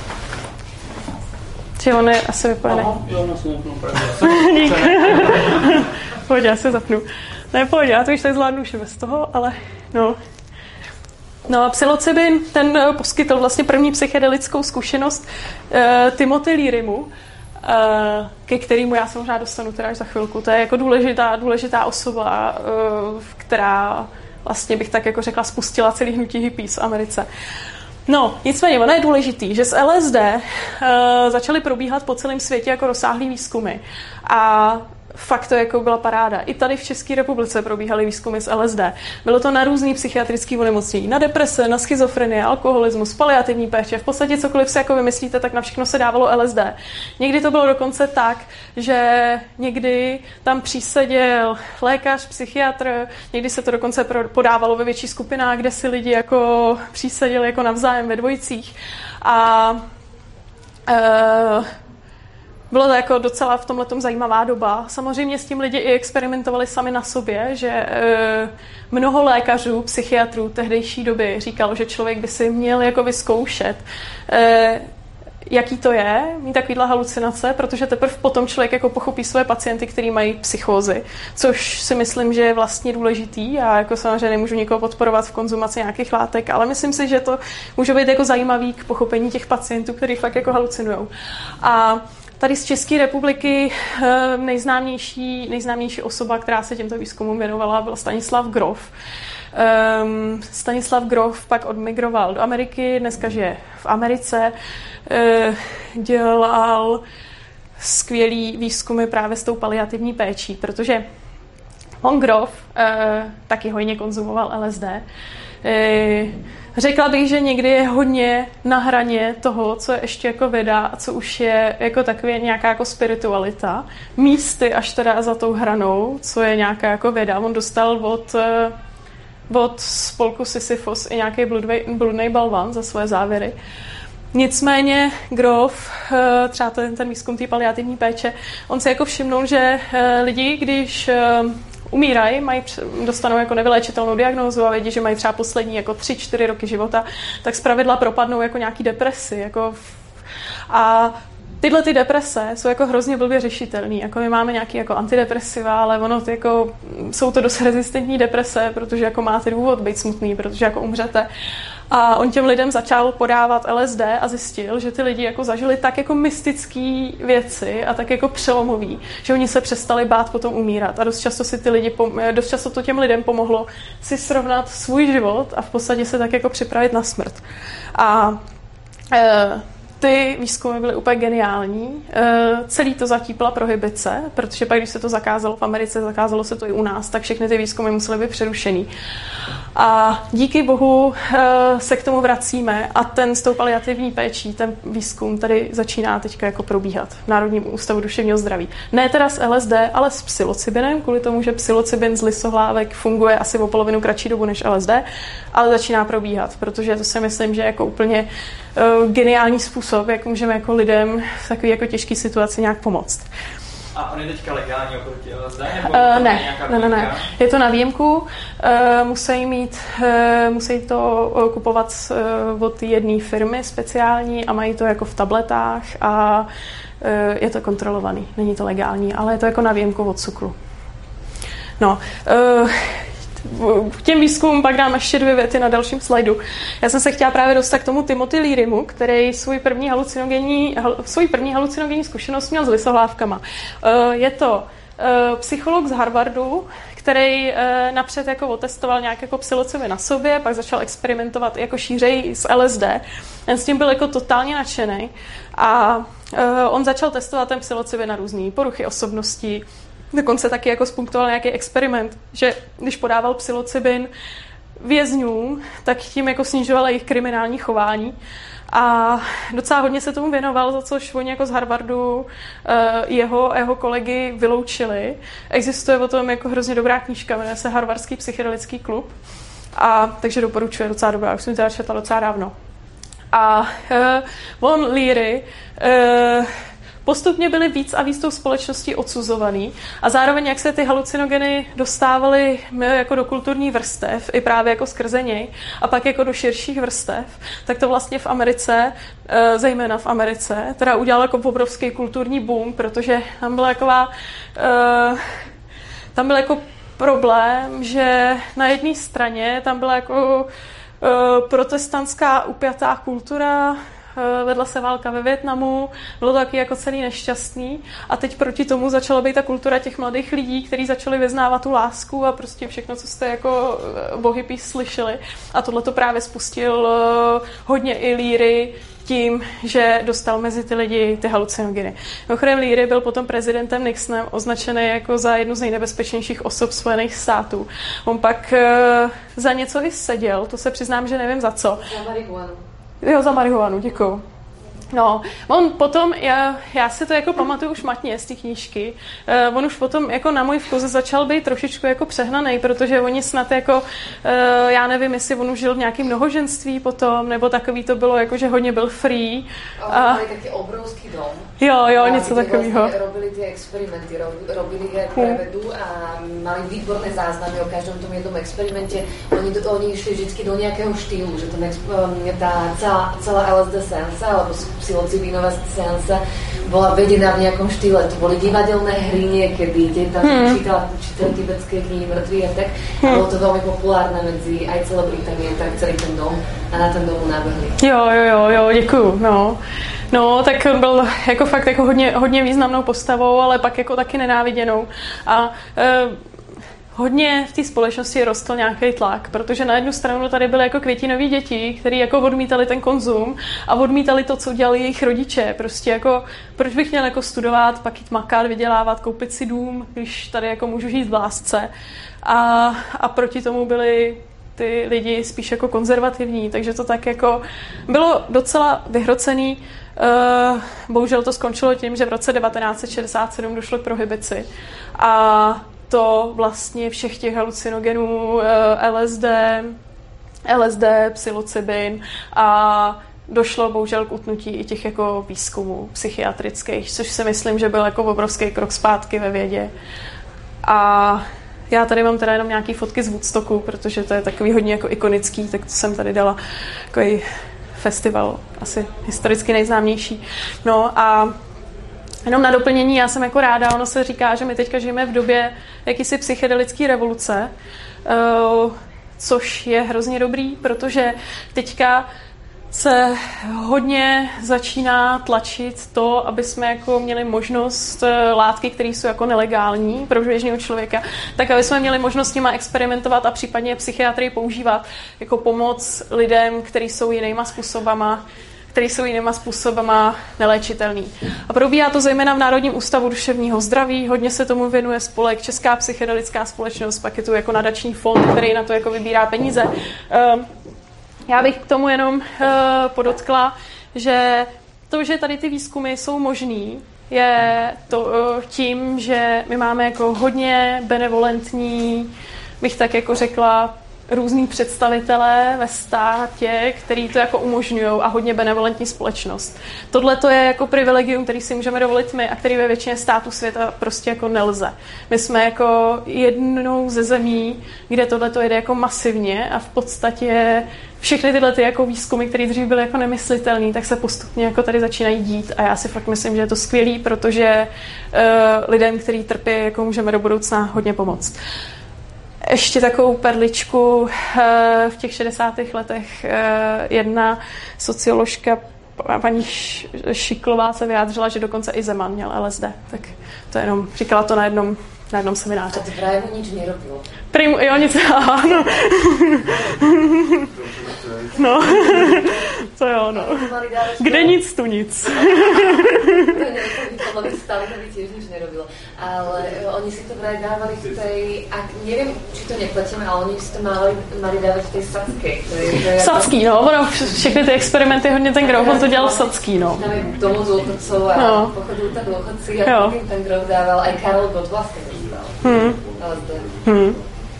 Či on je asi vypojený. Aha, jo, no jsem vypnul projektor. Dík. Pojď, já se zapnu. Ne, pojď, já to už tak zvládnu už bez toho, ale no. No a psilocybin, ten poskytl vlastně první psychedelickou zkušenost uh, Timothy Learymu, uh, ke kterému já se možná dostanu teda až za chvilku. To je jako důležitá, důležitá osoba, uh, která vlastně bych tak jako řekla spustila celý hnutí hippies v Americe. No, nicméně, ono je důležitý, že z L S D uh, začaly probíhat po celém světě jako rozsáhlý výzkumy. A fakt to jako byla paráda. I tady v České republice probíhaly výzkumy s L S D. Bylo to na různý psychiatrický onemocnění, na deprese, na schizofrenii, alkoholismus, paliativní péče. V podstatě cokoliv si jako vymyslíte, tak na všechno se dávalo L S D. Někdy to bylo dokonce tak, že někdy tam příseděl lékař, psychiatr, někdy se to dokonce podávalo ve větší skupinách, kde si lidi jako příseděli jako navzájem ve dvojicích. A uh, bylo to jako docela v tomhletom zajímavá doba. Samozřejmě s tím lidi i experimentovali sami na sobě, že e, mnoho lékařů, psychiatrů tehdejší doby říkalo, že člověk by si měl jako vyzkoušet, e, jaký to je, mít takovýhle halucinace, protože teprve potom člověk jako pochopí své pacienty, kteří mají psychózy, což si myslím, že je vlastně důležitý. Já jako samozřejmě nemůžu nikoho podporovat v konzumaci nějakých látek, ale myslím si, že to může být jako zajímavý k pochopení těch pacientů, kteří fakt jako halucinujou. A tady z České republiky nejznámější, nejznámější osoba, která se těmto výzkumům věnovala, byl Stanislav Grof. Um, Stanislav Grof pak odmigroval do Ameriky, dneska žije v Americe, uh, dělal skvělý výzkumy právě s tou paliativní péčí, protože on Grof uh, taky hojně konzumoval L S D. Uh, Řekla bych, že někdy je hodně na hraně toho, co je ještě jako věda a co už je jako takové nějaká jako spiritualita. Místy až teda za tou hranou, co je nějaká jako věda. On dostal od, od spolku Sisyphos i nějaký bludný balvan za své závěry. Nicméně Grof, třeba ten, ten výzkum té paliativní péče, on si jako všimnul, že lidi, když umírají, mají, dostanou jako nevyléčitelnou diagnózu a vědí, že mají třeba poslední jako tři, čtyři roky života, tak zpravidla propadnou jako nějaký depresi. Jako a tyhle ty deprese jsou jako hrozně blbě řešitelný. Jako my máme nějaký jako antidepresiva, ale ono ty jako, jsou to dost rezistentní deprese, protože jako máte důvod být smutný, protože jako umřete. A on těm lidem začal podávat L S D a zjistil, že ty lidi jako zažili tak jako mystické věci a tak jako přelomový, že oni se přestali bát potom umírat. A dost často si ty lidi, dost často to těm lidem pomohlo si srovnat svůj život a v podstatě se tak jako připravit na smrt. A e, ty výzkumy byly úplně geniální. Celý to zatípla prohibice, protože pak, když se to zakázalo v Americe, zakázalo se to i u nás, tak všechny ty výzkumy musely být přerušený. A díky bohu se k tomu vracíme a ten s tou paliativní péčí, ten výzkum tady začíná teďka jako probíhat v Národním ústavu duševního zdraví. Ne teda s L S D, ale s psilocybinem, kvůli tomu, že psilocybin z lisohlávek funguje asi o polovinu kratší dobu než L S D, ale začíná probíhat, protože to si myslím, že jako úplně uh, geniální způsob, jak můžeme jako lidem v takové jako těžké situaci nějak pomoct. A on je teďka legální oproti L S D? Nebo uh, ne, ne, ne, ne. Je to na výjimku. Uh, musí mít, uh, musí to kupovat uh, od jedné firmy speciální a mají to jako v tabletách a uh, je to kontrolovaný. Není to legální, ale je to jako na výjimku od cukru. No, uh, k těm výzkumům pak dám ještě dvě věty na dalším slajdu. Já jsem se chtěla právě dostat k tomu Timothy Learymu, který svůj první halucinogenní, svůj první halucinogenní zkušenost měl s lisohlávkama. Je to psycholog z Harvardu, který napřed jako otestoval nějak jako psilocybin na sobě, pak začal experimentovat jako šířej s L S D. Ten s tím byl jako totálně nadšený a on začal testovat ten psilocybin na různé poruchy osobnosti. Dokonce taky jako spunktoval nějaký experiment, že když podával psilocybin vězňům, tak tím jako snižoval jejich kriminální chování. A docela hodně se tomu věnoval, za což oni jako z Harvardu jeho, jeho kolegy vyloučili. Existuje o tom jako hrozně dobrá knížka, jmenuje se Harvardský psychedelický klub. A takže doporučuji, docela dobrá, už jsem teda četla docela dávno. A uh, on Leary uh, postupně byly víc a víc tou společností odsuzovaný a zároveň, jak se ty halucinogeny dostávaly jako do kulturní vrstev, i právě jako skrze něj, a pak jako do širších vrstev, tak to vlastně v Americe, zejména v Americe, teda udělalo jako obrovský kulturní boom, protože tam byla taková, tam byl jako problém, že na jedné straně tam byla jako protestantská upjatá kultura, vedla se válka ve Vietnamu, bylo to taky jako celý nešťastný a teď proti tomu začala být ta kultura těch mladých lidí, kteří začali vyznávat tu lásku a prostě všechno, co jste jako o hippies slyšeli. A tohle to právě spustil hodně i Leary tím, že dostal mezi ty lidi ty halucinogeny. Mimochodem Leary byl potom prezidentem Nixonem označený jako za jednu z nejnebezpečnějších osob Spojených států. On pak za něco i seděl, to se přiznám, že nevím za co. Za marihuanu. Jo, za marihuanu, děkuju. No, on potom, já, já si to jako pamatuju šmatně z té knížky, uh, on už potom jako na můj vkus začal být trošičku jako přehnaný, protože oni snad jako, uh, já nevím, jestli on už žil v nějakém mnohoženství potom, nebo takový to bylo jako, že hodně byl free. Oni uh, mali taký obrovský dom. Jo, jo, něco takového. Vlastně robili ty experimenty, robili je pre vedu a mali výborné záznamy o každom tom jednom experimente. Oni, oni išli vždycky do nějakého štýlu, že ten, tá celá, celá L S D seansa, alebo psilocybínová seansa bola vedená v nejakom štýle. To boli divadelné hry niekedy, kde tam hmm. čítala, čítali tibetské knihy mŕtví a tak. Hmm. A bolo to veľmi populárne medzi aj celebritami, tak celý ten dom a na ten domu nábehli. Jo, jo, jo, jo, děkuju, no. No, tak byl jako fakt jako hodně, hodně významnou postavou, ale pak jako taky nenáviděnou. A e, hodně v té společnosti rostl nějaký tlak, protože na jednu stranu tady byly jako květinoví děti, kteří jako odmítali ten konzum a odmítali to, co dělali jejich rodiče. Prostě jako, proč bych měl jako studovat, pak jít makat, vydělávat, koupit si dům, když tady jako můžu žít v lásce. A, a proti tomu byli ty lidi spíš jako konzervativní, takže to tak jako bylo docela vyhrocený. Uh, bohužel to skončilo tím, že v roce devatenáct set šedesát sedm došlo k prohibici a to vlastně všech těch halucinogenů, uh, L S D, L S D, psilocybin a došlo bohužel k utnutí i těch jako výzkumů psychiatrických, což si myslím, že byl jako obrovský krok zpátky ve vědě. A já tady mám teda jenom nějaký fotky z Woodstocku, protože to je takový hodně jako ikonický, tak to jsem tady dala takový festival, asi historicky nejznámější. No a jenom na doplnění, já jsem jako ráda, ono se říká, že my teďka žijeme v době jakýsi psychedelické revoluce, což je hrozně dobrý, protože teďka se hodně začíná tlačit to, aby jsme jako měli možnost látky, které jsou jako nelegální pro běžného člověka, tak aby jsme měli možnost s nima experimentovat a případně psychiatrii používat jako pomoc lidem, kteří jsou jinýma způsobama které jsou jinýma způsobama neléčitelný. A probíhá to zejména v Národním ústavu duševního zdraví, hodně se tomu věnuje spolek Česká psychedelická společnost, pak je tu jako nadační fond, který na to jako vybírá peníze. Já bych k tomu jenom podotkla, že to, že tady ty výzkumy jsou možný, je to tím, že my máme jako hodně benevolentní, bych tak jako řekla, různý představitelé ve státě, který to jako umožňují a hodně benevolentní společnost. Tohle to je jako privilegium, který si můžeme dovolit my a který ve většině států světa prostě jako nelze. My jsme jako jednou ze zemí, kde tohle to jede jako masivně a v podstatě všechny tyhle ty jako výzkumy, které dřív byly jako nemyslitelné, tak se postupně jako tady začínají dít a já si fakt myslím, že je to skvělý, protože uh, lidem, kteří trpí, jako můžeme do budoucna hodně pomoct. Ještě takovou perličku, v těch šedesátých letech jedna socioložka, paní Šiklová, se vyjádřila, že dokonce i Zeman měl L S D. Tak to jenom, říkala to na jednom, na jednom semináři. A to právě nič nerobilo. Prým, jo, nic, aha, no. No, to jo, no. Kde nic, tu nic. To by stále to by tiež nič nerobilo. Ale oni si to vraj dávali v tej, ak neviem, či to neplatíme, ale oni si to mali, mali dávať v tej Sadskej. Sadský, no, ono, všechny ty experimenty, hodně ten Grof, on to dělal v Sadský, no. Tam je domov dôchodcov a no. Pochodujú tam dôchodci a ten Grof dával, aj Karel Gott vlastne dostal. Hmm. Hmm.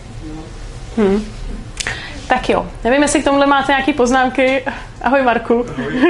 Hmm. Tak jo, nevím, jestli k tomuhle máte nějaké poznámky. Ahoj, Marku.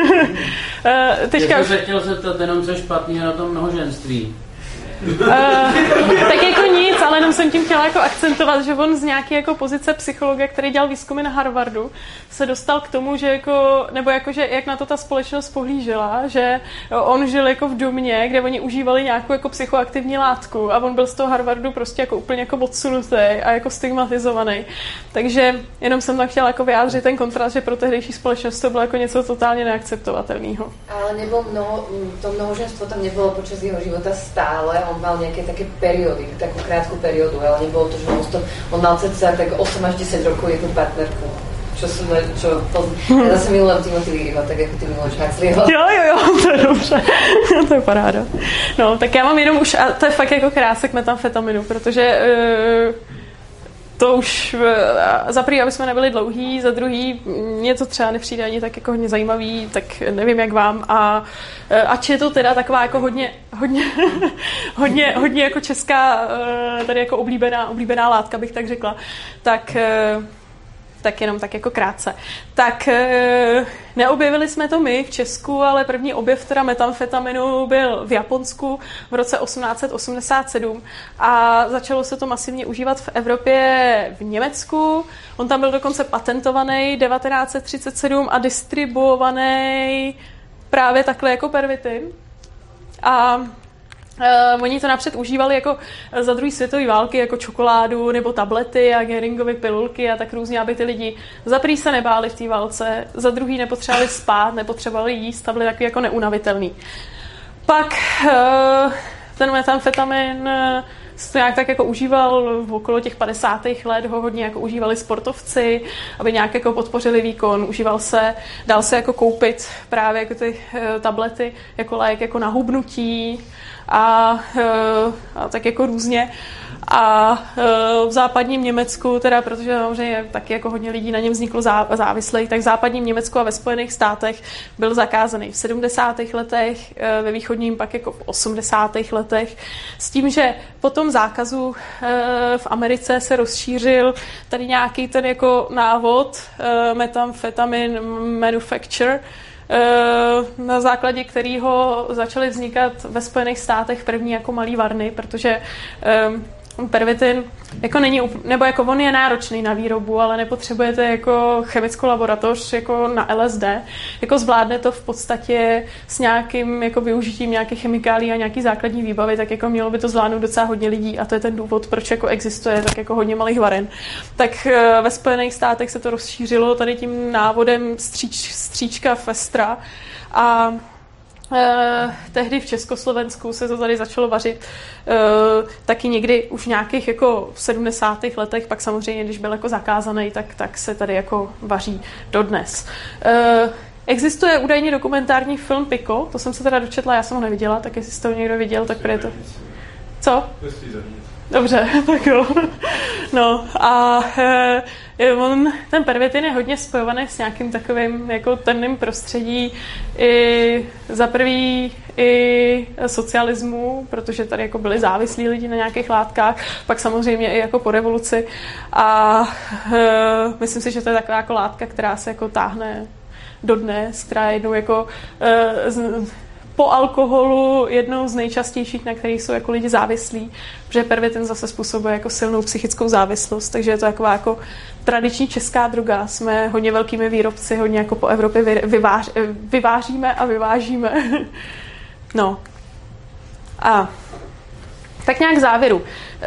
Teďka Já jsem se chtěl zeptat jenom, co špatného na tom mnohoženství. Uh, tak jako nic, ale jenom jsem tím chtěla jako akcentovat, že on z nějaké jako pozice psychologa, který dělal výzkumy na Harvardu, se dostal k tomu, že jako, nebo jako, že jak na to ta společnost pohlížela, že on žil jako v domě, kde oni užívali nějakou jako psychoaktivní látku a on byl z toho Harvardu prostě jako úplně jako odsunutý a jako stigmatizovaný. Takže jenom jsem tam chtěla jako vyjádřit ten kontrast, že pro tehdejší společnost to bylo jako něco totálně neakceptovatelného. Ale nebo mnoho, to mnohoženstvo tam nebylo počas jeho života stále. On mal nejaké také periódy, takú krátku periódu, ale nebolo to, že on, on mal cca tak osem až desať rokov jednu partnerku. Čo som, čo, to, ja zase milujem Timothy Learyho, tak ako ty miluješ Huxleyho. Jo, jo, jo, to je dobře, to je paráda. No, tak já mám jenom už, a to je fakt jako krásek metamfetaminu, protože uh, to už uh, za prvý, aby jsme nebyli dlouhý, za druhý, mě to třeba nepřijde ani tak jako hodně zajímavý, tak nevím, jak vám. A uh, ač je to teda taková jako hodně, hodně, hodně, hodně jako česká, uh, tady jako oblíbená, oblíbená látka, bych tak řekla, tak... Uh, tak jenom tak jako krátce. Tak e, neobjevili jsme to my v Česku, ale první objev teda metamfetaminu byl v Japonsku v roce osmnáct set osmdesát sedm a začalo se to masivně užívat v Evropě v Německu. On tam byl dokonce patentovaný devatenáct set třicet sedm a distribuovaný právě takhle jako pervitin. A Uh, oni to napřed užívali jako za druhé světové války jako čokoládu nebo tablety a Gehringovy pilulky a tak různě, aby ty lidi za prvý se nebáli v té válce, za druhý nepotřebovali spát, nepotřebovali jíst a byli takový jako neunavitelný. Pak uh, ten metamfetamin uh, se to nějak tak jako užíval v okolo těch padesátých let, ho hodně jako užívali sportovci, aby nějak jako podpořili výkon, užíval se, dal se jako koupit právě jako ty uh, tablety jako lék jako na hubnutí, A, a tak jako různě. A v západním Německu, teda, protože samozřejmě taky jako hodně lidí na něm vzniklo závislých, tak v západním Německu a ve Spojených státech byl zakázaný v sedmdesátých letech, ve východním pak jako v osmdesátých letech. S tím, že po tom zákazu v Americe se rozšířil tady nějaký ten jako návod methamphetamine manufacture, na základě kterého začaly vznikat ve Spojených státech první jako malý varny, protože um, pervitin jako není, nebo jako on je náročný na výrobu, ale nepotřebujete jako chemickou laboratoř jako na L S D. Jako zvládne to v podstatě s nějakým jako využitím nějakých chemikálí a nějaký základní výbavy, tak jako mělo by to zvládnout docela hodně lidí a to je ten důvod, proč jako existuje tak jako hodně malých varen. Tak ve Spojených státech se to rozšířilo tady tím návodem stříč, stříčka Festra a Eh, tehdy v Československu se to tady začalo vařit eh, taky někdy už v nějakých jako v sedmdesátých letech, pak samozřejmě, když byl jako zakázaný, tak, tak se tady jako vaří dodnes. Eh, existuje údajně dokumentární film Pico, to jsem se teda dočetla, já jsem ho neviděla, tak jestli jste ho někdo viděl, tak prý to... Co? Dobře, tak jo. No a e, on, ten pervitin je hodně spojovaný s nějakým takovým jako temným prostředí i za prvý i socialismu, protože tady jako byli závislí lidi na nějakých látkách, pak samozřejmě i jako po revoluci a e, myslím si, že to je taková jako látka, která se jako táhne dodnes, která je jednou jako e, z, po alkoholu jednou z nejčastějších, na kterých jsou jako lidi závislí, protože pervitin zase způsobuje jako silnou psychickou závislost, takže je to taková jako tradiční česká droga. Jsme hodně velkými výrobci, hodně jako po Evropě vyváž, vyvážíme a vyvážíme. No. A tak nějak k závěru.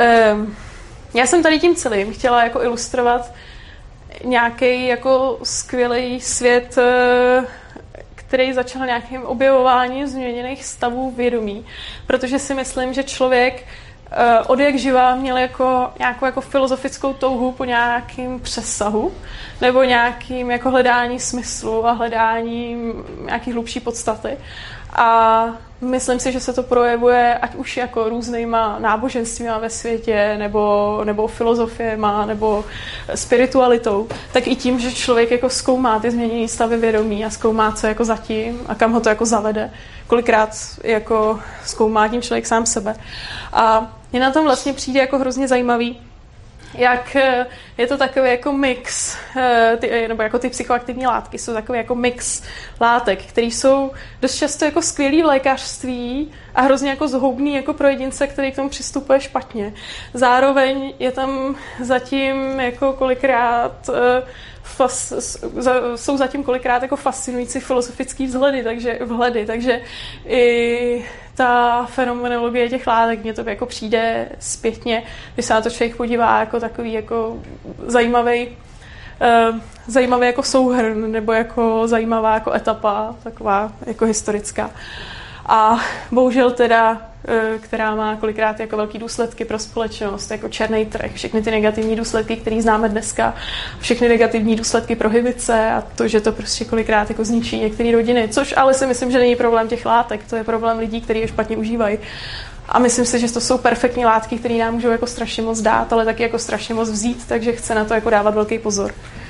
Já jsem tady tím celým chtěla jako ilustrovat nějaký jako skvělý svět, který začal nějakým objevováním změněných stavů vědomí, protože si myslím, že člověk od jak živá měl jako nějakou jako filozofickou touhu po nějakým přesahu nebo nějakým jako hledání smyslu a hledání nějaký hlubší podstaty. A myslím si, že se to projevuje ať už jako různýma náboženstvíma ve světě, nebo, nebo filozofiema, nebo spiritualitou, tak i tím, že člověk jako zkoumá ty změněné stavy vědomí a zkoumá, co jako zatím a kam ho to jako zavede. Kolikrát jako zkoumá tím člověk sám sebe. A mě na tom vlastně přijde jako hrozně zajímavý, jak je to takový jako mix, ty, nebo jako ty psychoaktivní látky jsou takový jako mix látek, které jsou dost často jako skvělý v lékařství a hrozně jako zhoubný jako pro jedince, který k tomu přistupuje špatně. Zároveň je tam zatím jako kolikrát fas, jsou zatím kolikrát jako fascinující filozofický vzhledy, takže, vhledy, takže i ta fenomenologie těch látek, mně to jako přijde zpětně, když se na to člověk podívá jako takový jako zajímavý, uh, zajímavý jako souhrn, nebo jako zajímavá jako etapa, taková jako historická. A bohužel teda, která má kolikrát jako velký důsledky pro společnost, jako černý trh, všechny ty negativní důsledky, které známe dneska, všechny negativní důsledky prohibice a to, že to prostě kolikrát jako zničí některé rodiny, což ale si myslím, že není problém těch látek, to je problém lidí, kteří je špatně užívají. A myslím si, že to jsou perfektní látky, které nám můžou jako strašně moc dát, ale taky jako strašně moc vzít, takže chce na to jako dávat velký pozor.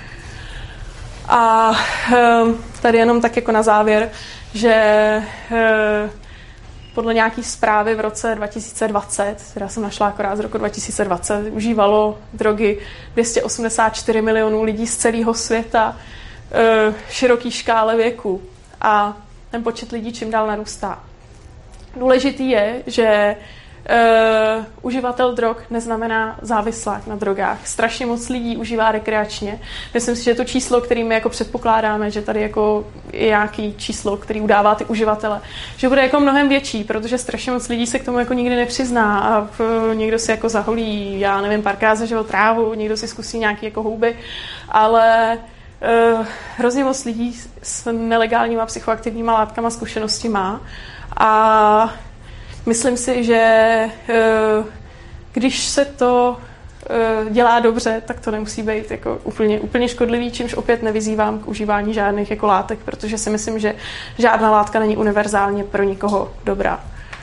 A tady jenom tak jako na závěr, že podle nějaký zprávy v roce dva tisíce dvacet, která jsem našla akorát z roku dva tisíce dvacet, užívalo drogy dvě stě osmdesát čtyři milionů lidí z celého světa, široký škále věku a ten počet lidí čím dál narůstá. Důležitý je, že Uh, uživatel drog neznamená závislák na drogách. Strašně moc lidí užívá rekreačně. Myslím si, že to číslo, který my jako předpokládáme, že tady jako je nějaký číslo, který udává ty uživatele, že bude jako mnohem větší, protože strašně moc lidí se k tomu jako nikdy nepřizná a uh, někdo si jako zaholí, já nevím, párkrát zažil trávu, někdo si zkusí nějaký jako houby, ale uh, hrozně moc lidí s nelegálníma psychoaktivníma látkama zkušenosti má a myslím si, že když se to dělá dobře, tak to nemusí být jako úplně, úplně škodlivý, čímž opět nevyzývám k užívání žádných jako látek, protože si myslím, že žádná látka není univerzálně pro nikoho dobrá.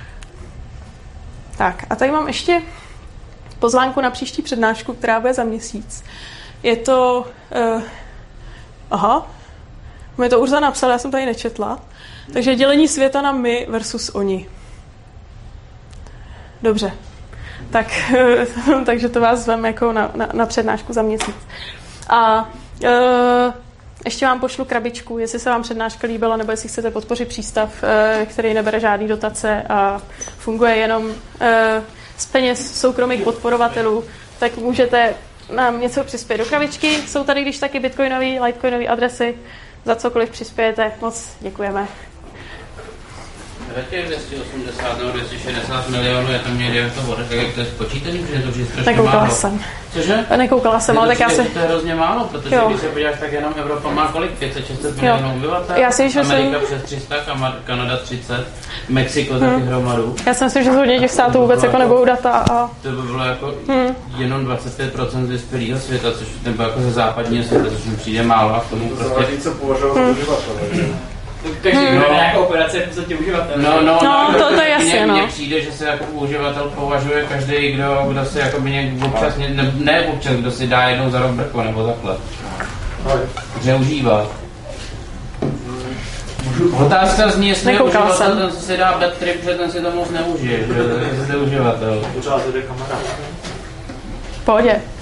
Tak a tady mám ještě pozvánku na příští přednášku, která bude za měsíc. Je to... Uh, aha, mi to Urza napsal, já jsem tady nečetla. Takže dělení světa na my versus oni. Dobře, tak, takže to vás zvem jako na, na, na přednášku za měsíc. A e, ještě vám pošlu krabičku, jestli se vám přednáška líbila, nebo jestli chcete podpořit přístav, e, který nebere žádný dotace a funguje jenom e, z peněz soukromých podporovatelů, tak můžete nám něco přispět do krabičky. Jsou tady když taky bitcoinové, litecoinové adresy, za cokoliv přispějete. Moc děkujeme. Těch dvě stě osmdesát nebo dvě stě šedesát milionů je tam někde v tom tak jak to je spočítaný, že je to vždy strašně Nekoukala málo. jsem. Cože? Nekoukala jsem, ale tak já si... To je hrozně málo, protože jo. když se podíváš, tak jenom Evropa má kolik? pět set šest set milionů obyvatel? Já si, že Amerika jsem... přes tři sta, Kanada třicet, Mexiko taky hmm. hromadu. Já si myslím, že z hodně těch států vůbec jako nebudou data a... To by bylo jako hmm. jenom dvacet pět procent z vyspělého světa, což nebo jako ze západního světa, což mi přijde málo a k tomu prostě... To se považovat za uživatele. Každý no. bude nějaká operace je v podstatě uživatel. No, no, no, no, to, to je jasně, no. Mně přijde, že se jako uživatel považuje každý, kdo, kdo si jako by někdo občas, ne, ne občas, kdo si dá jednou za rok brko nebo takhle. Že užívá. Otázka zní, jestli je uživatel ten, co si dá bad trip, že ten si to moc neužije, že to je uživatel. Pořád jde kamarád. V pohodě.